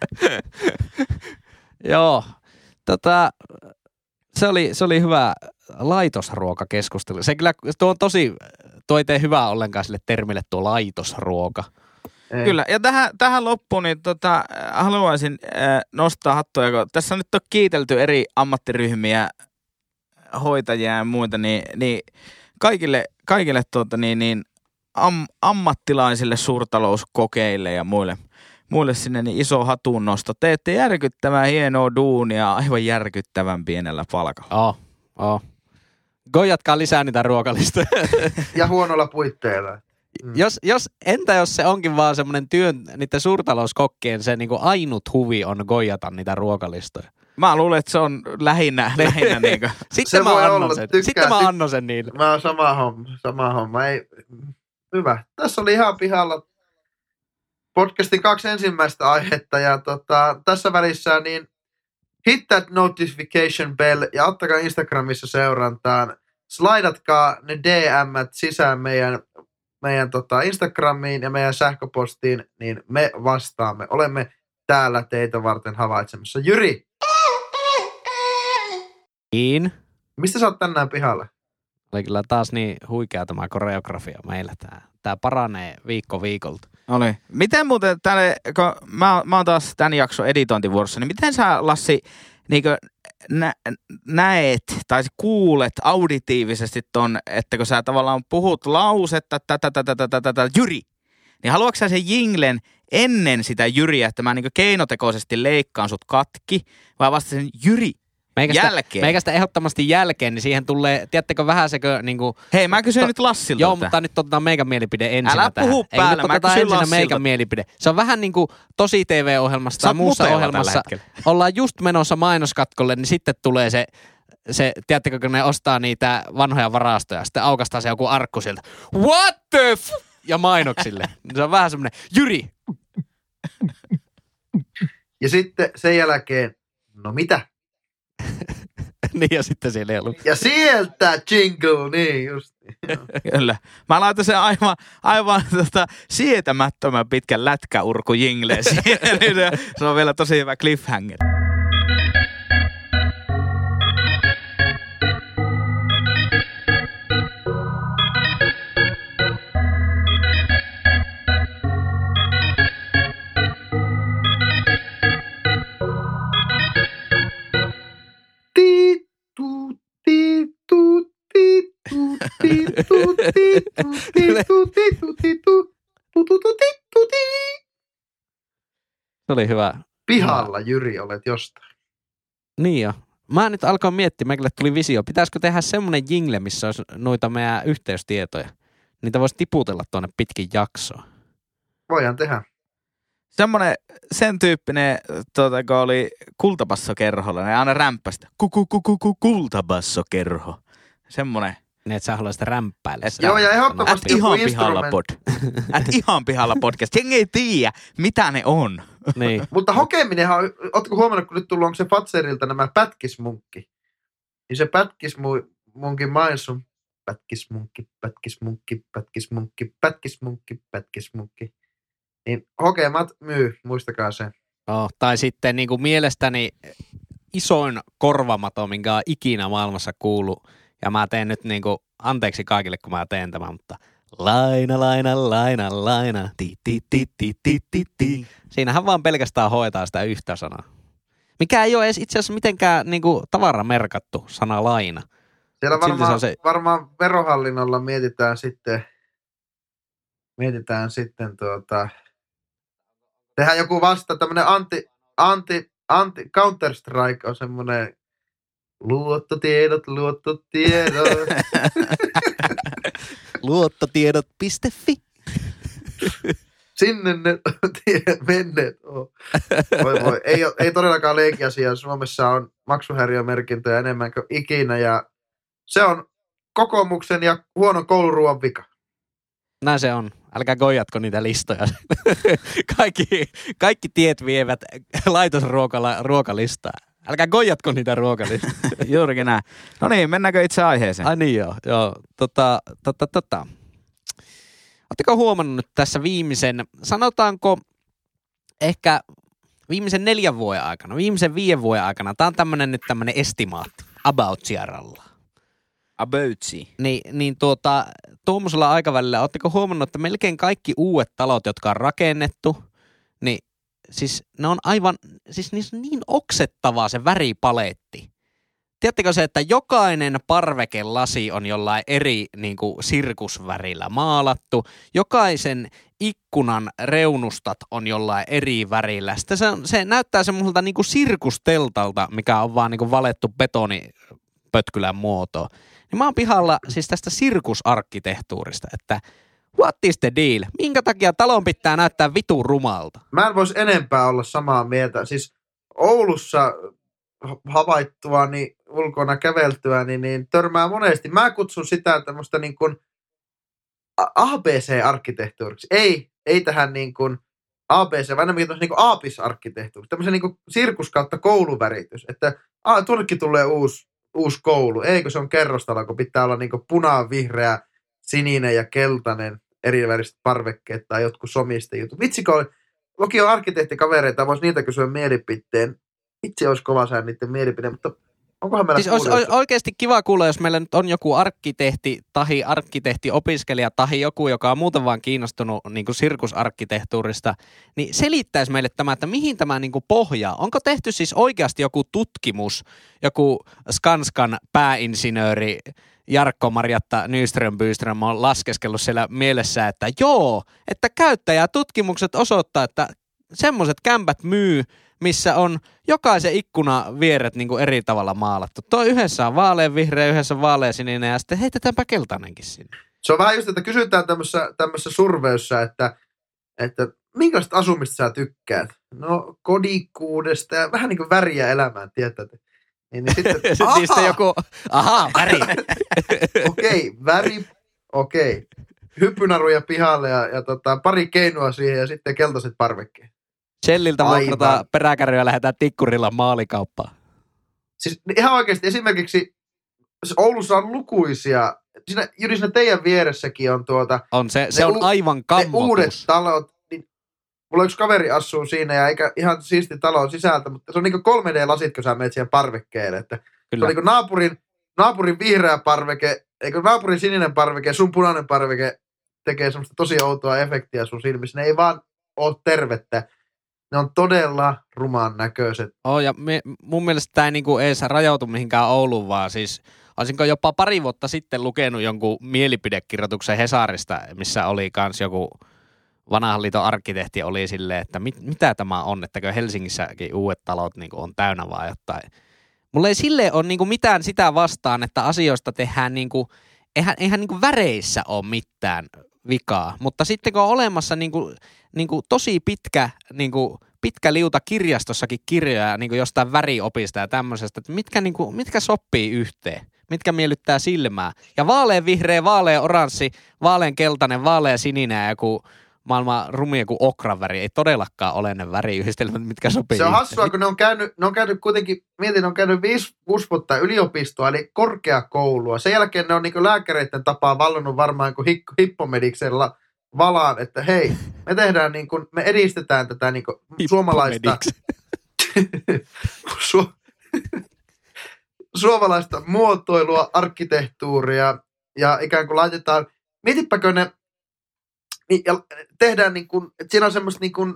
Joo. Tota, se oli, se oli hyvä laitosruokakeskustelu. Se kyllä, tuo on tosi, tuo ei tee hyvää ollenkaan sille termille tuo laitosruoka. Ei. Kyllä, ja tähän, tähän loppuun niin tota, haluaisin äh, nostaa hattua, kun tässä on nyt on kiitelty eri ammattiryhmiä, hoitajia ja muita, niin, niin kaikille, kaikille tuota, niin, niin am, ammattilaisille, suurtalouskokeille ja muille, muille sinne niin iso hatun nosto. Teette järkyttävän hienoa duunia aivan järkyttävän pienellä palkalla. Oo, oo. Goijatkaa lisää niitä ruokalistoja. Ja huonolla puitteilla. Mm. jos, jos, entä jos se onkin vaan semmoinen työn, niiden suurtalouskokkien se niinku ainut huvi on goijata niitä ruokalistoja. Mä luulen, että se on lähinnä, lähinnä niin kuin, Sitten Se mä voi annan olla, sen. tykkää Sitten mä sit- annan sen niille. Mä oon sama homma, sama homma. Ei, hyvä. Tässä oli ihan pihalla podcastin kaksi ensimmäistä aihetta ja tota, tässä välissä niin hit that notification bell ja ottakaa Instagramissa seurantaan. Slaidatkaa ne D M:t sisään meidän, meidän tota Instagramiin ja meidän sähköpostiin, niin me vastaamme. Olemme täällä teitä varten havaitsemassa. Jyri, Niin. mistä sä oot tänään pihalla? Oli kyllä taas niin huikea tämä koreografia meillä tää, tää paranee viikko viikolta. Oli. Miten muuten tälle, kun mä, mä oon taas tämän jakson editointivuorossa, niin miten sä, Lassi, niin nä, näet tai kuulet auditiivisesti ton, että kun sä tavallaan puhut lausetta, tätä, tätä, tätä, tätä, Jyri, niin haluatko sä sen jinglen ennen sitä Jyriä, että mä niin keinotekoisesti leikkaan sut katki, vai vasta sen Jyri Meikästä, jälkeen? Meikästä ehdottomasti jälkeen, niin siihen tulee, tiedättekö vähän sekö niinku... Hei, mä kysyn to, nyt Lassilta. Joo, mutta nyt otetaan meikän mielipide ensin. Älä tähän. puhu päälle, Ei, mä otetaan kysyn ensin Lassilta. meikän mielipide. Se on vähän niinku tosi T V-ohjelmassa tai muussa ohjelmassa. Ollaan just menossa mainoskatkolle, niin sitten tulee se, se, tiedättekö, kun ne ostaa niitä vanhoja varastoja, sitten aukastaa se joku arkku sieltä. What the f... Ja mainoksille. Se on vähän semmoinen, Jyri. Ja sitten sen jälkeen, no mitä? Niin ja sitten siellä ei ollut. Ja sieltä jingle, niin just. Kyllä. Mä laitan sen aivan, aivan tota, sietämättömän pitkän lätkäurku jingleen siihen. Se on vielä tosi hyvä cliffhanger. Se oli hyvä. Pihalla, Jyri, olet jostain. Niin jo. Mä nyt alkoin miettiä, meille tuli visio. Pitäisikö tehdä semmoinen jingle, missä olisi noita meidän yhteystietoja? Niitä voisi tiputella tuonne pitkin jaksoa. Voidaan tehdä. Semmoinen, sen tyyppinen, tuota, kun oli kultabassokerholla, ne aina rämppästä. Kuku, kuku, kuku, kultabassokerho. Semmoinen. Niin, että sä haluaisit rämppäillä. Et joo, ja ehdottomasti At joku ihan pihalla instrument. pod. At ihan pihalla podcast. Jengi ei tiedä, mitä ne on. Niin. Mutta hokeminenhan, ootko huomannut, kun nyt tullut, onko se Fatserilta nämä pätkismunkki? Niin se pätkismunkin mainos on pätkismunkki, pätkismunkki, pätkismunkki, pätkismunkki, pätkismunkki. Niin hokemat myy, muistakaa se. Oh, tai sitten niin kuin mielestäni isoin korvamato, minkä on ikinä maailmassa kuullut. Ja mä teen nyt niin kuin, anteeksi kaikille, kun mä teen tämän, mutta laina, laina, laina, laina, ti, ti, ti, ti, ti, ti, ti. Siinähän vaan pelkästään hoitaa sitä yhtä sanaa. Mikä ei ole edes itse asiassa mitenkään niin kuin tavaramerkattu sana laina. Siellä Silti varmaan, se se... varmaan verohallinnolla mietitään sitten, mietitään sitten tuota, tehdään joku vasta, tämmönen anti, anti, anti, Counter-Strike on semmoinen luottotiedot, luottotiedot. Luottotiedot piste fi. Sinne ne tie, menneet on. Voi voi. Ei, ole, ei todellakaan leikiasia. Suomessa on maksuhäiriömerkintöjä enemmän kuin ikinä ja se on kokoomuksen ja huonon kouluruuan vika. Näin se on. Älkää goijatko niitä listoja. kaikki, kaikki tiet vievät laitosruokalistaa. Älkää goijatko niitä ruokalistaa. Juurikin näin. No niin, mennäänkö itse aiheeseen? Ai niin joo. joo. Tota, tota, tota. Oletteko huomannut nyt tässä viimeisen, sanotaanko ehkä viimeisen neljän vuoden aikana, viimeisen viiden vuoden aikana, tämä on tämmöinen nyt tämmöinen estimaatti, about sierralla. Aboutsi. Niin, niin tuota, tuommoisella aikavälillä, oletteko huomannut, että melkein kaikki uudet talot, jotka on rakennettu, niin siis ne on aivan, siis niissä on niin oksettavaa se väripaletti. Tiedättekö se, että jokainen parvekelasi on jollain eri niin kuin sirkusvärillä maalattu, jokaisen ikkunan reunustat on jollain eri värillä. Sitten se, se näyttää semmoiselta niin kuin sirkusteltalta, mikä on vaan niin kuin valettu betonipötkylän muotoon. Niin mä oon pihalla siis tästä sirkusarkkitehtuurista, että what is the deal? Minkä takia talon pitää näyttää vitun rumalta? Mä en voisi enempää olla samaa mieltä. Siis Oulussa havaittua, niin ulkona käveltyä, niin, niin törmää monesti. Mä kutsun sitä tämmöistä niin kuin A B C-arkkitehtuuriksi. Ei, ei tähän niin kuin A B C, vaan enemmänkin tämmöisen niin kuin aapis-arkkitehtuuriksi. Tämmöisen niin kuin sirkus kautta kouluväritys. Että a, tuonnekin tulee uusi, uusi koulu. Eikö se on kerrostalo, kun pitää olla niin kuin punavihreä, sininen ja keltainen eri väriset parvekkeet tai jotkut somisten jutut. Vitsikö oli, Loki on arkkitehtikavereita, voisi niitä kysyä mielipiteen. Itse olisi kova sään niiden mielipide, mutta Onkohan meillä Siis olisi, kuulijoita? olisi oikeasti kiva kuulla, jos meillä nyt on joku arkkitehti tai arkkitehtiopiskelija tai joku, joka on muuten vaan kiinnostunut niin kuin sirkusarkkitehtuurista, niin selittäisi meille tämä, että mihin tämä niin kuin pohjaa. Onko tehty siis oikeasti joku tutkimus, joku Skanskan pääinsinööri Jarkko Marjatta Nyström-Byström on laskeskellut siellä mielessä, että joo, että käyttäjätutkimukset osoittaa, että semmoiset kämpät myy, missä on jokaisen ikkuna vieret niin kuin eri tavalla maalattu. Tuo yhdessä on vaaleanvihreä, yhdessä vaaleansininen ja sitten heitetäänpä keltainenkin sinne. Se on vähän just, että kysytään tämmöisessä, tämmöisessä surveyssa, että, että minkälaista asumista sä tykkäät? No kodikkuudesta ja vähän niin kuin väriä elämään, tietää. Niin, niin sitten, Niistä joku, ahaa, väri. Okei, okay, väri, okei. Okay. Hyppynaruja pihalle ja, ja tota, pari keinoa siihen ja sitten keltaiset parvekkeet. Shelliltä Aivan. vuokrataan peräkärryä ja lähdetään tikkurilla maalikauppaan. Siis ihan oikeasti esimerkiksi Oulussa on lukuisia, siinä, juuri siinä teidän vieressäkin on tuota, On se, se ne on u- aivan ne kammotus. uudet talot. Niin, mulla yksi kaveri asuu siinä ja eikä ihan siisti talo sisältä, mutta se on niinku kolme D-lasit, kun sä menet siihen parvekkeelle. Että se Kyllä. on niinku naapurin, naapurin vihreä parveke, eikö naapurin sininen parveke ja sun punainen parveke tekee semmoista tosi outoa efektiä sun silmissä. Ne ei vaan ole tervettä. Ne on todella rumaan näköiset. Oh, ja me, mun mielestä tämä ei niinku edes rajautu mihinkään Ouluun, vaan siis olisinko jopa pari vuotta sitten lukenut jonkun mielipidekirjoituksen Hesarista, missä oli kans joku vanhan liiton arkkitehti oli silleen, että mit, mitä tämä on, että Helsingissäkin uudet talot niinku on täynnä vai jotain. Mulla ei silleen ole niinku mitään sitä vastaan, että asioista tehdään niinku, eihän, eihän niinku väreissä ole mitään vikaa, mutta sitten kun on olemassa niinku, niinku tosi pitkä, niinku, pitkä liuta kirjastossakin kirjoja niinku jostain väriopista ja tämmöisestä, että mitkä, niinku, mitkä sopii yhteen, mitkä miellyttää silmää. Ja vaalean vihreä, vaalean oranssi, vaalean keltainen, vaalean sininen ja joku maailman rumi joku okran väri. Ei todellakaan ole ne väriyhdistelmät, mitkä sopii Se on yhteen. hassua, kun ne on käynyt, ne on käynyt kuitenkin, mietin, ne on käynyt viisi, kuusi vuotta yliopistoa, eli korkeakoulua. Sen jälkeen ne on niin lääkäreiden tapaa vallannut varmaan kuin hippomediksella valaan, että hei, me tehdään niin kuin, me edistetään tätä niin kuin suomalaista, su, suomalaista muotoilua, arkkitehtuuria ja ikään kuin laitetaan, mietipäkö ne, niin, ja tehdään niin kuin, että siinä on semmoista niin kuin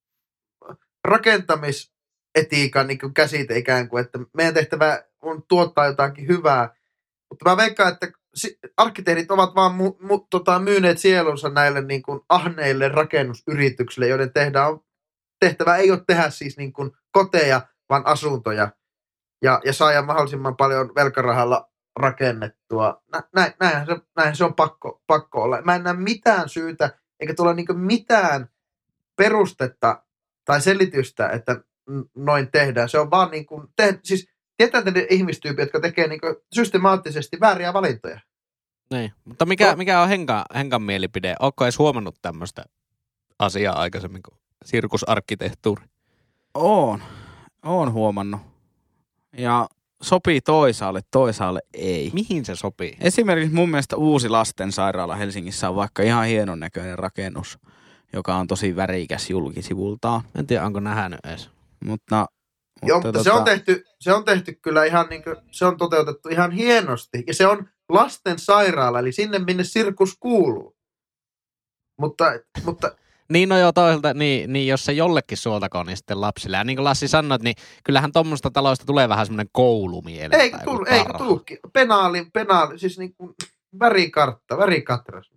rakentamisetiikan niin kuin käsite ikään kuin, että meidän tehtävä on tuottaa jotakin hyvää. Mutta mä veikkaan, että arkkitehdit ovat vaan mu, mu, tota, myyneet sielunsa näille niin kuin ahneille rakennusyrityksille, joiden tehdään, tehtävä ei ole tehdä siis niin kuin koteja, vaan asuntoja. Ja, ja saada mahdollisimman paljon velkarahalla rakennettua. Nä, näin, näinhän, se, näinhän se on pakko, pakko olla. Mä en näe mitään syytä, eikä tule niin kuin mitään perustetta tai selitystä, että noin tehdään. Se on vaan niin kuin, te, siis tietää ne ihmistyyppiä, jotka tekee niin kuin systemaattisesti vääriä valintoja. Niin. Mutta mikä, No. mikä on Henkan, Henkan mielipide? Ootko edes huomannut tämmöistä asiaa aikaisemmin kuin sirkusarkkitehtuuri? Oon. Oon huomannut. Ja sopii toisaalle, toisaalle ei. Mihin se sopii? Esimerkiksi mun mielestä uusi lastensairaala Helsingissä on vaikka ihan hienon näköinen rakennus, joka on tosi värikäs julkisivultaan. En tiedä, onko nähnyt edes. Mutta, Joo, mutta mutta se on, tehty, se on tehty kyllä ihan niin kuin, se on toteutettu ihan hienosti. Ja se on lasten sairaala, eli sinne minne sirkus kuuluu. Mutta, mutta Niin no joo, toisaalta, niin, niin jos se jollekin suoltakoon, niin sitten lapsille. Ja niin kuin Lassi sanoi, niin kyllähän tuommoista taloista tulee vähän semmoinen koulu mieleen. eikö tullu, eikö tullukin. Penaali, penaali, siis niin kuin värikartta, värikatras.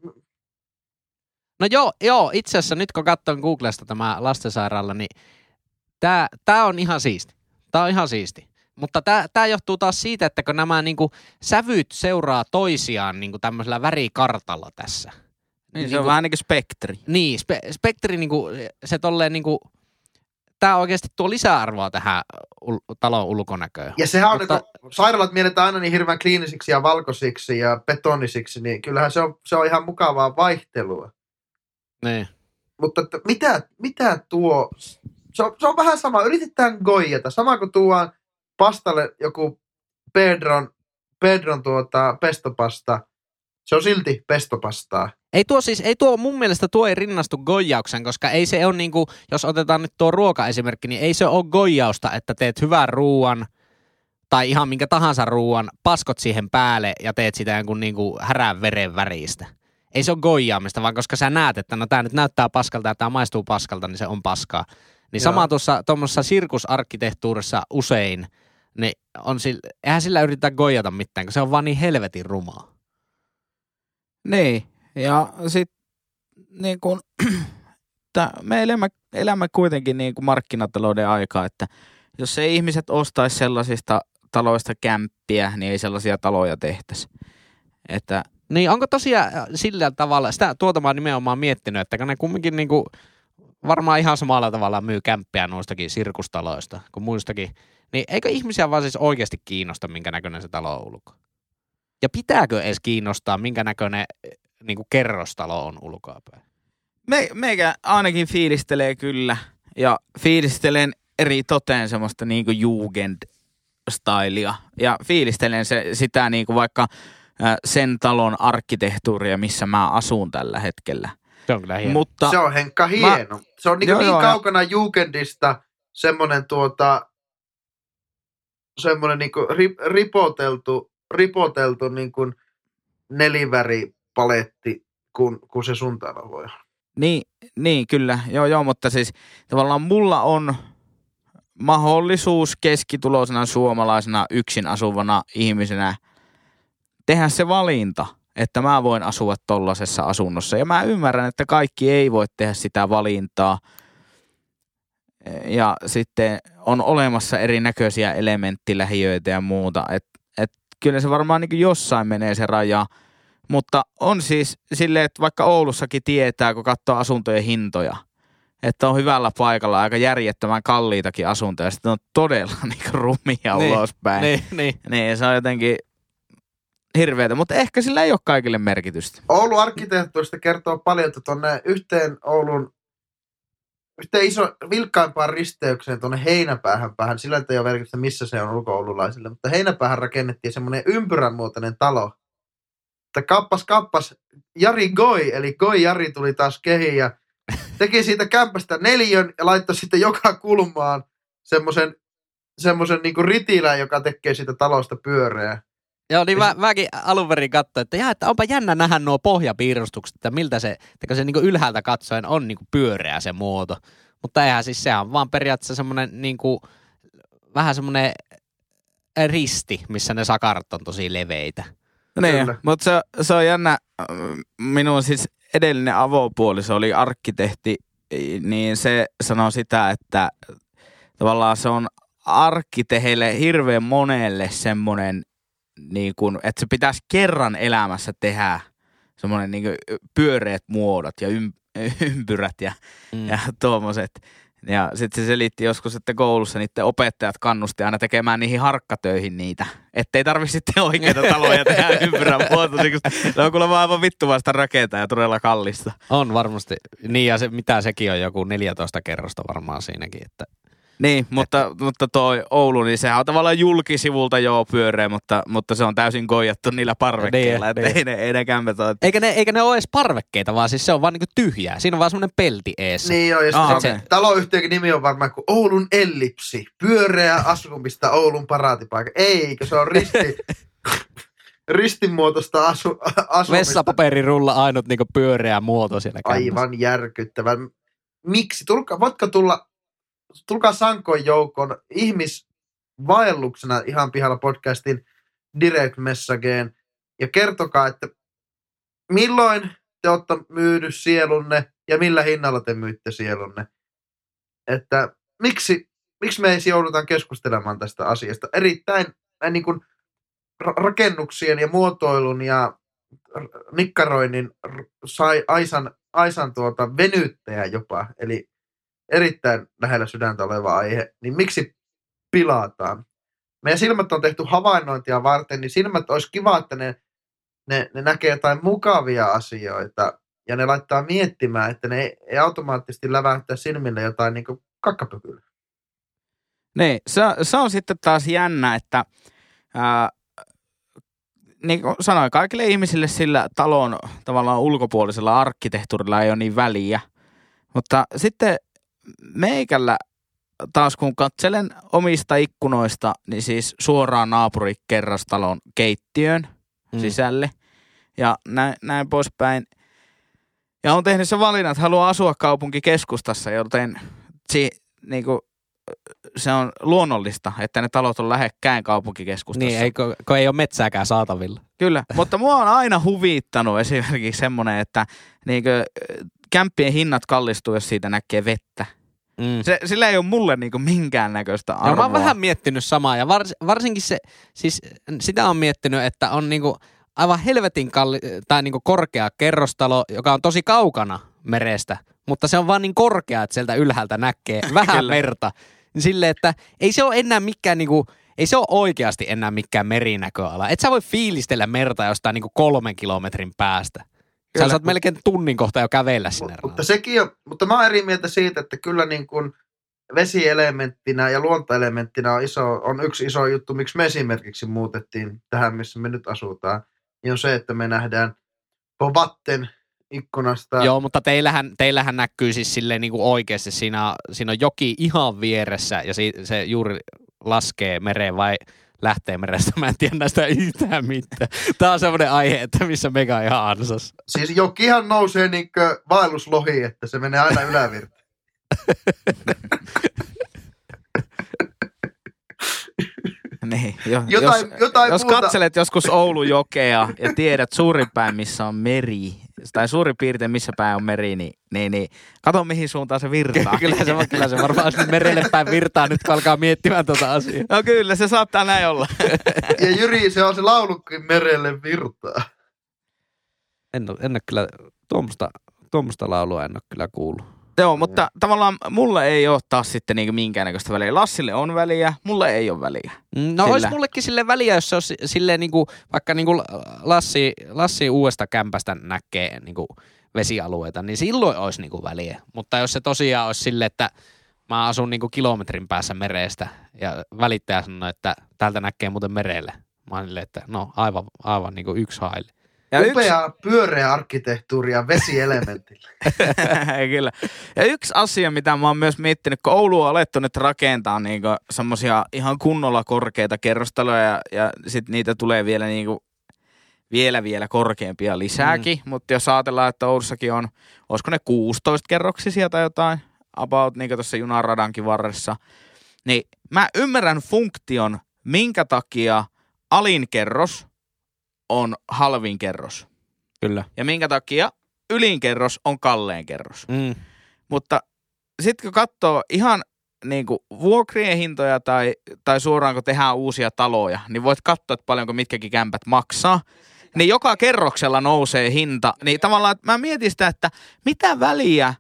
No joo, joo, itse asiassa nyt kun katsoin Googlesta tämä lastensairaala, niin tämä, tämä on ihan siisti. Tämä on ihan siisti. Mutta tämä, tämä johtuu taas siitä, että kun nämä niin kuin sävyt seuraa toisiaan niin kuin tämmöisellä värikartalla tässä. niin, se on vähän niin kuin spektri. Niin, spe, spektri niinku, se tolleen niinku, tää oikeasti tuo lisäarvoa tähän ul, talon ulkonäköön. Ja sehän on, Mutta- Mutta, kun sairaalat mielletään aina niin hirveän kliinisiksi ja valkoisiksi ja betonisiksi, niin kyllähän se on, se on ihan mukavaa vaihtelua. Niin. Mutta että mitä, mitä tuo, se on, se on vähän sama, yritetään goijata, sama kuin tuodaan pastalle joku Pedron, Pedron tuota pestopasta, se on silti pestopastaa. Ei tuo siis, ei tuo, mun mielestä tuo ei rinnastu goijauksen, koska ei se ole niinku, jos otetaan nyt tuo ruokaesimerkki, niin ei se ole goijausta, että teet hyvän ruuan, tai ihan minkä tahansa ruuan, paskot siihen päälle ja teet sitä jonkun niinku härän veren väristä. Ei se ole goijaamista, vaan koska sä näet, että no tää nyt näyttää paskalta ja tää maistuu paskalta, niin se on paskaa. Niin sama tuossa tuommoisessa sirkusarkkitehtuurissa usein, niin on sillä, eihän sillä yritetä goijata mitään, kun se on vaan niin helvetin rumaa. Niin, ja sit niin kun, me elämme, elämme kuitenkin niin kuin markkinatalouden aikaa, että jos ei ihmiset ostaisi sellaisista taloista kämppiä, niin ei sellaisia taloja tehtäisi. Että niin, onko tosiaan sillä tavalla, sitä tuota mä oon nimenomaan miettinyt, että kun ne kumminkin niinku varmaan ihan samalla tavalla myy kämppiä noistakin sirkustaloista kuin muistakin, niin eikö ihmisiä vaan siis oikeasti kiinnosta, minkä näköinen se talo on ulkoa? Ja pitääkö edes kiinnostaa, minkä näköinen niinku kerrostalo on ulkoapäin? Me, meikä ainakin fiilistelee kyllä, ja fiilistelen eri toteen semmoista niinku Jugend-stylia, ja fiilistelen se, sitä niinku vaikka sen talon arkkitehtuuria, missä mä asun tällä hetkellä. Se on kyllä hieno. Mutta se on Henkka hieno. Mä, se on niin, joo, niin joo, kaukana Jugendista semmoinen tuota, semmoinen niinku rip, ripoteltu, ripoteltu niinku neliväripaletti, kun, kun se sun talo voi. Niin, niin, kyllä. Joo, joo, mutta siis tavallaan mulla on mahdollisuus keskituloisena suomalaisena yksin asuvana ihmisenä tehdä se valinta, että mä voin asua tollasessa asunnossa. Ja mä ymmärrän, että kaikki ei voi tehdä sitä valintaa. Ja sitten on olemassa erinäköisiä elementtilähiöitä ja muuta. Et, et kyllä se varmaan niin kuin jossain menee se raja. Mutta on siis silleen, että vaikka Oulussakin tietää, kun katsoo asuntojen hintoja, että on hyvällä paikalla aika järjettömän kalliitakin asuntoja. Sitten on todella niin rumia niin, ulospäin. Niin, niin. Niin, se on jotenkin hirveätä, mutta ehkä sillä ei ole kaikille merkitystä. Oulun arkkitehtuurista kertoo paljon, että tuonne yhteen Oulun, yhteen iso vilkkaimpaan risteykseen tuonne Heinäpäähän päähän, sillä ei ole merkitystä, missä se on ulko-oululaisille, mutta Heinäpäähän rakennettiin semmoinen ympyränmuotoinen talo. Että kappas kappas, Jari Goi, eli Goi Jari tuli taas kehiin ja teki siitä kämpästä neljön ja laittoi sitten joka kulmaan semmoisen semmoisen niinku ritilän, joka tekee siitä talosta pyöreä. Joo, niin mä, mäkin alun perin katsoin, että, jaa, että onpa jännä nähdä nuo pohjapiirustukset, että miltä se, että se niinku ylhäältä katsoen on niinku pyöreä se muoto. Mutta eihän siis sehän on vaan periaatteessa semmoinen niinku, vähän semmoinen risti, missä ne sakarat on tosi leveitä. Niin, mutta se, se on jännä. Minun siis edellinen avopuoliso oli arkkitehti, niin se sanoi sitä, että tavallaan se on arkkiteheille hirveän monelle semmoinen, niin kuin, että se pitäisi kerran elämässä tehdä semmoinen niin kuin pyöreät muodot ja ympyrät ja, mm. ja tuommoiset. Ja sitten se selitti joskus, että koulussa niiden opettajat kannusti aina tekemään niihin harkkatöihin niitä. Ettei tarvitse sitten oikeita taloja tehdä ympyrän muotoisiksi. Se on kuulemma aivan vittuvaista rakentaa ja todella kallista. On varmasti. Niin ja se, mitä sekin on, joku neljätoista kerrosta varmaan siinäkin. Että niin, mutta, että mutta toi Oulu, niin sehän on tavallaan julkisivulta joo pyöreä, mutta, mutta se on täysin koijattu niillä parvekkeilla. Niin, että niin. ei, ne, ei ne kämpät ole. Eikä ne, eikä ne ole edes parvekkeita, vaan siis se on vaan niinku tyhjää. Siinä on vaan semmoinen pelti eessä. Niin joo, ja ah, okay. se taloyhtiökin nimi on varmaan kuin Oulun ellipsi. Pyöreä asumista Oulun paraatipaikka. Eikö se on risti... ristinmuotoista asu, asumista. Vessapaperirulla ainut niinku pyöreä muoto siellä kämpässä. Aivan järkyttävä. Miksi? Tulka, voitko tulla... Tulkaa Sankoin joukon ihmisvaelluksena ihan pihalla podcastin direct messageen ja kertokaa, että milloin te olette myynyt sielunne ja millä hinnalla te myytte sielunne. Että miksi, miksi me ei joudutaan keskustelemaan tästä asiasta. Erittäin niin kuin rakennuksien ja muotoilun ja nikkaroinnin sai Aisan, Aisan tuota venyttäjä jopa, eli erittäin lähellä sydäntä oleva aihe, niin miksi pilataan? Meidän silmät on tehty havainnointia varten, niin silmät olisi kiva, että ne, ne, ne näkee jotain mukavia asioita ja ne laittaa miettimään, että ne ei, ei automaattisesti läväyttää silmille jotain niin kuin kakkapökyllä. Niin, se, se on sitten taas jännä, että ää, niin kuin sanoin, kaikille ihmisille sillä talon tavallaan ulkopuolisella arkkitehtuurilla ei ole niin väliä, mutta sitten meikällä taas kun katselen omista ikkunoista, niin siis suoraan naapurikerrostalon keittiön mm. sisälle ja näin, näin poispäin. Ja on tehnyt se valinnan, että haluaa asua kaupunkikeskustassa, joten si, niin kuin, se on luonnollista, että ne talot on lähekkäin kaupunkikeskustassa. Niin, ei, kun, kun ei ole metsääkään saatavilla. Kyllä, mutta mua on aina huvittanut esimerkiksi semmoinen, että niinkö, kämppien hinnat kallistuu, jos siitä näkee vettä. Mm. Se, sillä ei ole mulle niinku minkäännäköistä arvoa. Ja mä oon vähän miettinyt samaa ja vars, varsinkin se, siis sitä on miettinyt, että on niinku aivan helvetin kalli, tai niinku korkea kerrostalo, joka on tosi kaukana merestä, mutta se on vaan niin korkea, että sieltä ylhäältä näkee vähän merta. Silleen, että ei se ole enää mikään niinku, ei se ole oikeasti enää mikään merinäköala. Et sä voi fiilistellä merta jostain niinku kolmen kilometrin päästä. Kyllä. Sä saat melkein tunnin kohta jo kävellä sinne. Mutta, mutta sekin on, mutta mä oon eri mieltä siitä, että kyllä niin kuin vesielementtinä ja luontoelementtinä on, iso, on yksi iso juttu, miksi me esimerkiksi muutettiin tähän, missä me nyt asutaan, niin on se, että me nähdään vatten ikkunasta. Joo, mutta teillähän, teillähän näkyy siis silleen niin kuin oikeasti, siinä, siinä on joki ihan vieressä ja si, se juuri laskee mereen vai lähtee merestä. Mä en tiedä näistä yhtään mitään. Tää on semmoinen aihe, että missä mega on ihan ansas. Siis jokihan nousee niinkö vaelluslohi, että se menee aina ylävirtaan. Niin, jo, jotain, jos, jotain jos muuta. katselet joskus Oulujokea ja tiedät suurin päin, missä on meri, tai suurin piirtein missä päin on meri, niin, niin, niin kato mihin suuntaan se virtaa. kyllä, se, kyllä se varmaan merelle päin virtaa nyt, kun alkaa miettimään tuota asiaa. No kyllä, se saattaa näin olla. Ja Jyri, se on se laulukin merelle virtaa. En ole, en ole kyllä, tuommoista, tuommoista laulua en ole kyllä kuullut. Joo, mutta mm. tavallaan mulle ei ole taas sitten niinku minkäännäköistä väliä. Lassille on väliä, mulle ei ole väliä. No Sillä... olisi mullekin sille väliä, jos se olisi silleen niinku, vaikka niinku Lassi, Lassi uudesta kämpästä näkee niinku vesialueita, niin silloin olisi niinku väliä. Mutta jos se tosiaan olisi silleen, että mä asun niinku kilometrin päässä merestä ja välittäjä sanoo, että täältä näkee muuten merelle. Mä oon silleen, että no aivan, aivan niinku yksi haile. Ja upea yksi... pyöreä arkkitehtuuri ja vesielementillä. Kyllä. Ja yksi asia, mitä mä oon myös miettinyt, kun Oulu on alettu nyt rakentaa niinku semmosia ihan kunnolla korkeita kerrostaloja ja, ja sit niitä tulee vielä niinku vielä vielä korkeampia lisääkin. Mm. Mutta jos ajatellaan, että Oulussakin on, olisiko ne kuusitoista kerroksisia tai jotain, about niinku tuossa junaradankin varressa, niin mä ymmärrän funktion, minkä takia alinkerros on halvin kerros. Kyllä. Ja minkä takia ylin kerros on kallein kerros. Mm. Mutta sitten kun katsoo ihan niin kuin vuokrien hintoja tai, tai suoraan kun tehdään uusia taloja, niin voit katsoa, että paljonko mitkäkin kämpät maksaa. Niin joka kerroksella nousee hinta. Niin tavallaan mä mietin sitä, että mitä väliä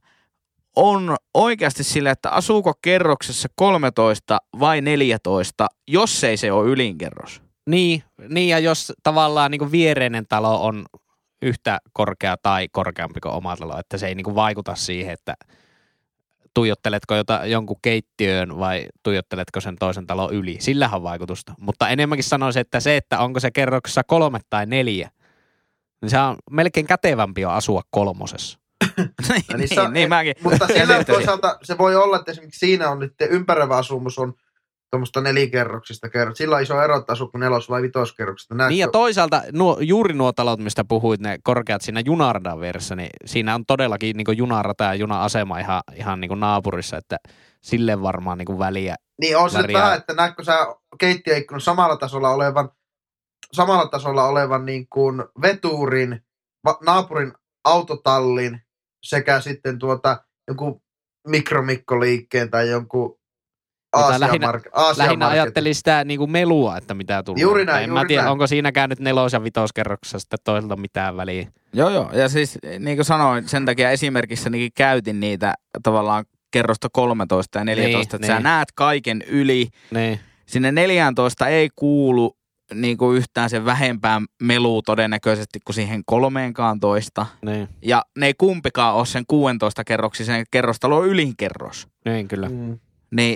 on oikeasti sillä, että asuuko kerroksessa kolmetoista vai neljätoista, jos ei se ole ylinkerros. Niin, niin, ja jos tavallaan niin kuin viereinen talo on yhtä korkea tai korkeampi kuin oma talo, että se ei niin kuin vaikuta siihen, että tuijotteletko jota, jonkun keittiöön vai tuijotteletko sen toisen talon yli. Sillähän on vaikutusta. Mutta enemmänkin sanoisin, että se, että onko se kerroksessa kolme tai neljä, niin se on melkein kätevämpi jo asua kolmosessa. niin, niin, niin, se on, niin mäkin. Mutta sillä toisaalta se voi olla, että esimerkiksi siinä on nyt ympäröivä asumus on tuommoista nelikerroksista kerrot. Sillä on iso ero, että asuu kuin nelos- vai vitoskerroksista. Näetkö? Niin ja toisaalta nuo, juuri nuo talot, mistä puhuit, ne korkeat siinä junaradan vieressä, niin siinä on todellakin niin kuin junarata ja juna-asema ihan, ihan niin kuin naapurissa, että sille varmaan niin kuin väliä. Niin on se väriä. vähän, että näetkö sä keittiöikkunan samalla tasolla olevan, samalla tasolla olevan niin kuin veturin, va- naapurin autotallin sekä sitten tuota jonkun mikromikkoliikkeen tai jonkun Aasia lähinnä, market, Aasia lähinnä market. ajattelin sitä niin kuin melua, että mitä tulee. Juuri näin, en juuri mä tiedä, näin. onko siinäkään nyt nelos- ja vitoskerroksessa sitten toiselta mitään väliä. Joo, joo. Ja siis niin kuin sanoin, sen takia esimerkissä niin käytin niitä tavallaan kerrosta kolmetoista ja neljätoista, Niin, että niin. sä näet kaiken yli. Niin. Sinne neljätoista ei kuulu niin kuin yhtään sen vähempään melua todennäköisesti kuin siihen kolmeenkaan toista. Niin, Ja ne ei kumpikaan ole sen kuusitoista kerroksisen kerrostalon ylinkerros. niin kyllä. Mm. Niin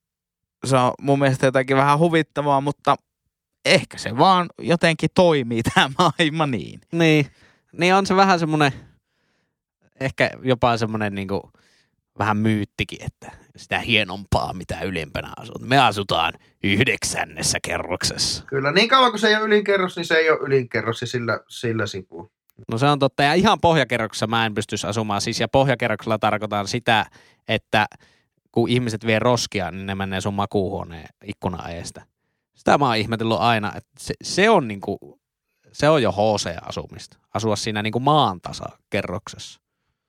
se on mun mielestä jotakin vähän huvittavaa, mutta ehkä se vaan jotenkin toimii tämä maailma niin. Niin, niin on se vähän semmoinen, ehkä jopa semmoinen niinku vähän myyttikin, että sitä hienompaa, mitä ylempänä asut. Me asutaan yhdeksännessä kerroksessa. Kyllä, niin kauan kun se ei ole ylinkerros, niin se ei ole ylinkerros ja sillä, sillä sipuu. No se on totta. Ja ihan pohjakerroksessa mä en pystyisi asumaan. Siis ja pohjakerroksella tarkoitan sitä, että kun ihmiset vie roskia, niin ne menee sun makuuhuoneen ikkuna-eestä. Sitä mä oon ihmetellyt aina, että se, se on niinku, se on jo H C-asumista. Asua siinä niinku maantasa-kerroksessa.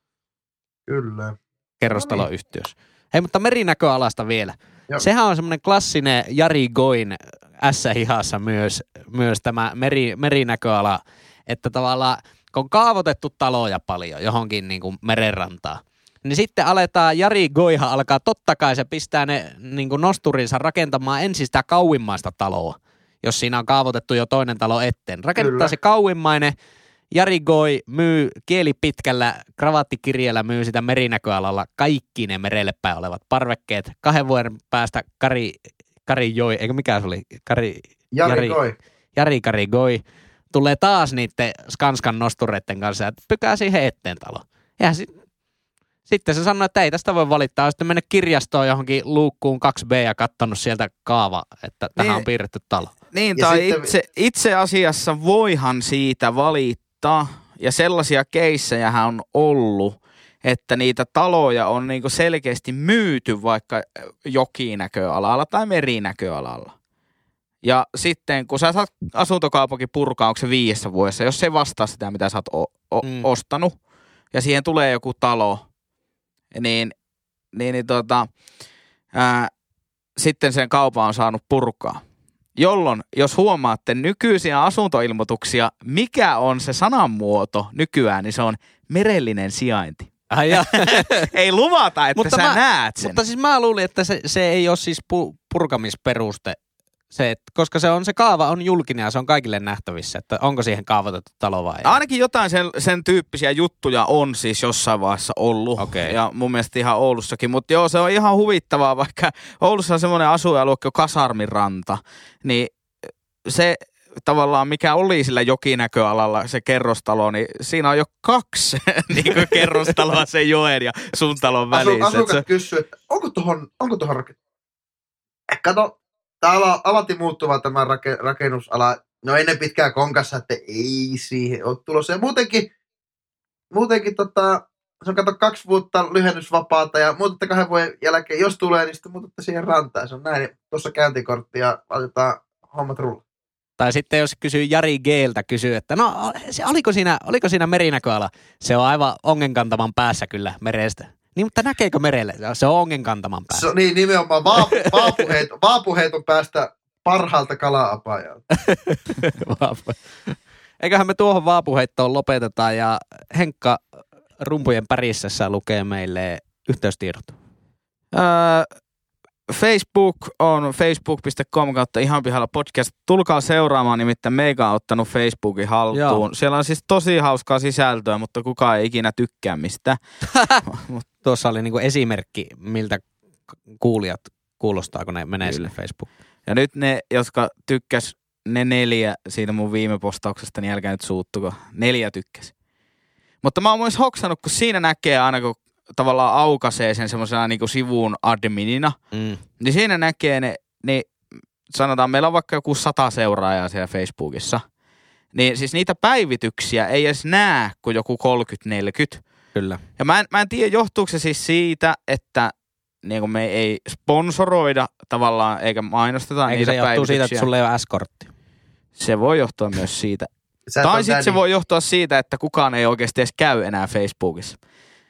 Kyllä. Kerrostaloyhtiössä. Hei, mutta merinäköalasta vielä. Joo. Sehän on semmoinen klassinen Jari Goin ässähihassa myös, myös tämä meri, merinäköala, että tavallaan kun on kaavoitettu taloja paljon johonkin niin kuin merenrantaan, niin sitten aletaan, Jari Goiha alkaa, totta kai se pistää ne niin kuin nosturinsa rakentamaan ensin sitä kauimmaista taloa, jos siinä on kaavoitettu jo toinen talo eteen. Rakentaa Kyllä. se kauimmainen, Jari Goi myy kieli pitkällä, kravattikirjellä myy sitä merinäköalalla kaikki ne merelle päin olevat parvekkeet. Kahden vuoden päästä Kari, Kari Joi, eikö mikä se oli? Kari, Jari, Jari Goi. Jari Kari Goi tulee taas niiden Skanskan nostureiden kanssa ja pykää siihen eteen talo. Ja sit, sitten se sanoi, että ei tästä voi valittaa. On sitten mennyt kirjastoon johonkin luukkuun kaksi B ja katsonut sieltä kaava, että tähän Niin. on piirretty talo. Niin, Ja tai sitten- itse, itse asiassa voihan siitä valittaa, ja sellaisia keissejähän on ollut, että niitä taloja on niinku selkeästi myyty vaikka jokinäköalalla tai merinäköalalla. Ja sitten kun sä saat asuntokaupunkin purkaa, onko se viidessä vuodessa, jos se ei vastaa sitä, mitä sä oot o- o- Mm. ostanut, ja siihen tulee joku talo, niin, niin, niin tota, ää, sitten sen kaupan on saanut purkaa. Jolloin, jos huomaatte nykyisiä asuntoilmoituksia, mikä on se sananmuoto nykyään, niin se on merellinen sijainti. Ai ja. Ei luvata, että Mutta sä mä- näet sen. Mutta siis mä luulin, että se, se ei ole siis pu, purkamisperuste, se, että, koska se on se kaava on julkinen ja se on kaikille nähtävissä, että onko siihen kaavoitettu talo vai ei. Ainakin jotain sen, sen tyyppisiä juttuja on siis jossain vaiheessa ollut. Okei. Ja mun mielestä ihan Oulussakin. Mutta joo, se on ihan huvittavaa, vaikka Oulussa on semmoinen asuinalue kuin Kasarmiranta. Niin se tavallaan, mikä oli sillä jokinäköalalla se kerrostalo, niin siinä on jo kaksi niin kuin kerrostaloa sen joen ja sun talon Asu, välissä. Et asukas se, kysyy, että onko tuohon, onko tuohon rakennus? Kato, täällä alati muuttuva tämä rake, rakennusala. No ennen pitkään konkassa, että ei siihen ole tulossa. Ja muutenkin, muutenkin tota, se on kato kaksi vuotta lyhennysvapaata ja muutatte kahden vuoden jälkeen, jos tulee, niin sitten muutatte siihen rantaan. Se on näin, tuossa käyntikortti ja laitetaan hommat rulla. Tai sitten jos kysyy Jari G:ltä, kysyy, että no se, oliko, siinä, oliko siinä merinäköala? Se on aivan ongenkantaman päässä kyllä merestä. Niin, mutta näkeekö merelle? Se on ongenkantaman päässä. Se on niin nimenomaan vaapu, vaapuheit, vaapuheiton päästä parhaalta kala-apajalta. Vaapu. Eiköhän me tuohon vaapuheittoon lopetetaan ja Henkka rumpujen pärissässä lukee meille yhteystiedot. öö, Facebook on facebook piste com kautta ihan pihalla podcast. Tulkaa seuraamaan, nimittäin meikä on ottanut Facebookin haltuun. Joo. Siellä on siis tosi hauskaa sisältöä, mutta kukaan ei ikinä tykkää mistä. Tuossa oli niinku esimerkki, miltä kuulijat kuulostaa, kun ne menee sinne Facebookiin. Ja nyt ne, jotka tykkäs, ne neljä siitä mun viime postauksesta, niin älkää nyt suuttuko. Neljä tykkäs. Mutta mä oon myös hoksannut, kun siinä näkee aina, kun tavallaan aukaisee sen semmoisena niin kuin sivun adminina, Mm. niin siinä näkee ne, niin sanotaan, meillä on vaikka joku sata seuraajaa siellä Facebookissa, niin siis niitä päivityksiä ei edes näe kuin joku kolmekymmentä neljäkymmentä. Kyllä. Ja mä en, mä en tiedä, johtuuko se siis siitä, että niin kuin me ei sponsoroida tavallaan, eikä mainosteta Eikö niitä se johtuu päivityksiä. siitä, että sulla ei ole S-kortti? Se voi johtua myös siitä. Sä et Tai ole sitten se daddy. voi johtua siitä, että kukaan ei oikeasti edes käy enää Facebookissa.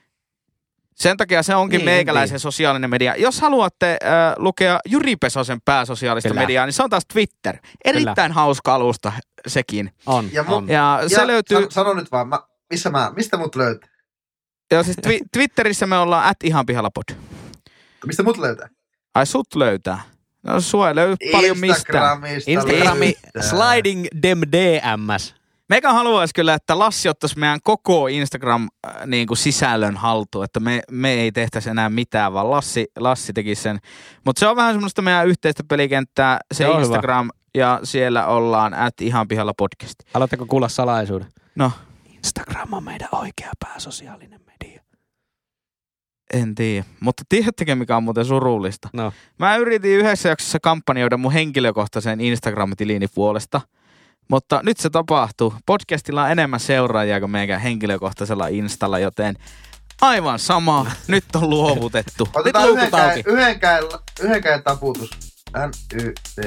Sen takia se onkin Niin, meikäläisen niin. sosiaalinen media. Jos haluatte äh, lukea Jyri Pesosen pääsosiaalista Kyllä. mediaa, niin se on taas Twitter. Erittäin hauska alusta sekin. On, Ja mu- on. Ja se Ja löytyy, san- Sano nyt vaan, mä, missä mä, mistä mut löytää? ja siis twi- Twitterissä me ollaan at ihan pihalla pod. Mistä mut löytää? Ai sut löytää. No sua ei löydy paljon mistään. Instagramista Instagrami löytää. sliding dem D Ms. Meikä haluaisi kyllä, että Lassi ottaisi meidän koko Instagram-sisällön haltuun, että me, me ei tehtäisi enää mitään, vaan Lassi, Lassi tekisi sen. Mutta se on vähän semmoista meidän yhteistä pelikenttää, se Se on Instagram, ja siellä ollaan at ihan pihalla podcast. Haluatteko kuulla salaisuuden? No, Instagram on meidän oikea pääsosiaalinen media. En tiedä. Mutta tiedättekö, mikä on muuten surullista? No. Mä yritin yhdessä jaksossa kampanjoida mun henkilökohtaisen Instagram-tilini puolesta. Mutta nyt se tapahtuu. Podcastilla on enemmän seuraajia kuin meidän henkilökohtaisella Installa, joten aivan sama. Nyt on luovutettu. Otetaan luukut yhden käden, auki. yhden käden, yhden käden taputus. N, Y, T.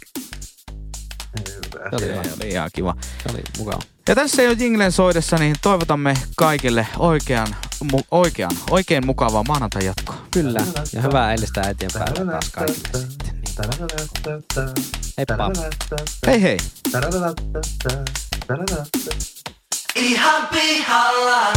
Se oli, Se oli ihan kiva. se oli mukava. Ja tässä jo jinglen soidessa, niin toivotamme kaikille oikean, mu, oikean, oikein mukavaa maanantai jatkoa. Kyllä. Ja hyvää eilistä eteenpäin taas kaikille sitten. Heippa. Hei hei! Ihan pihalla.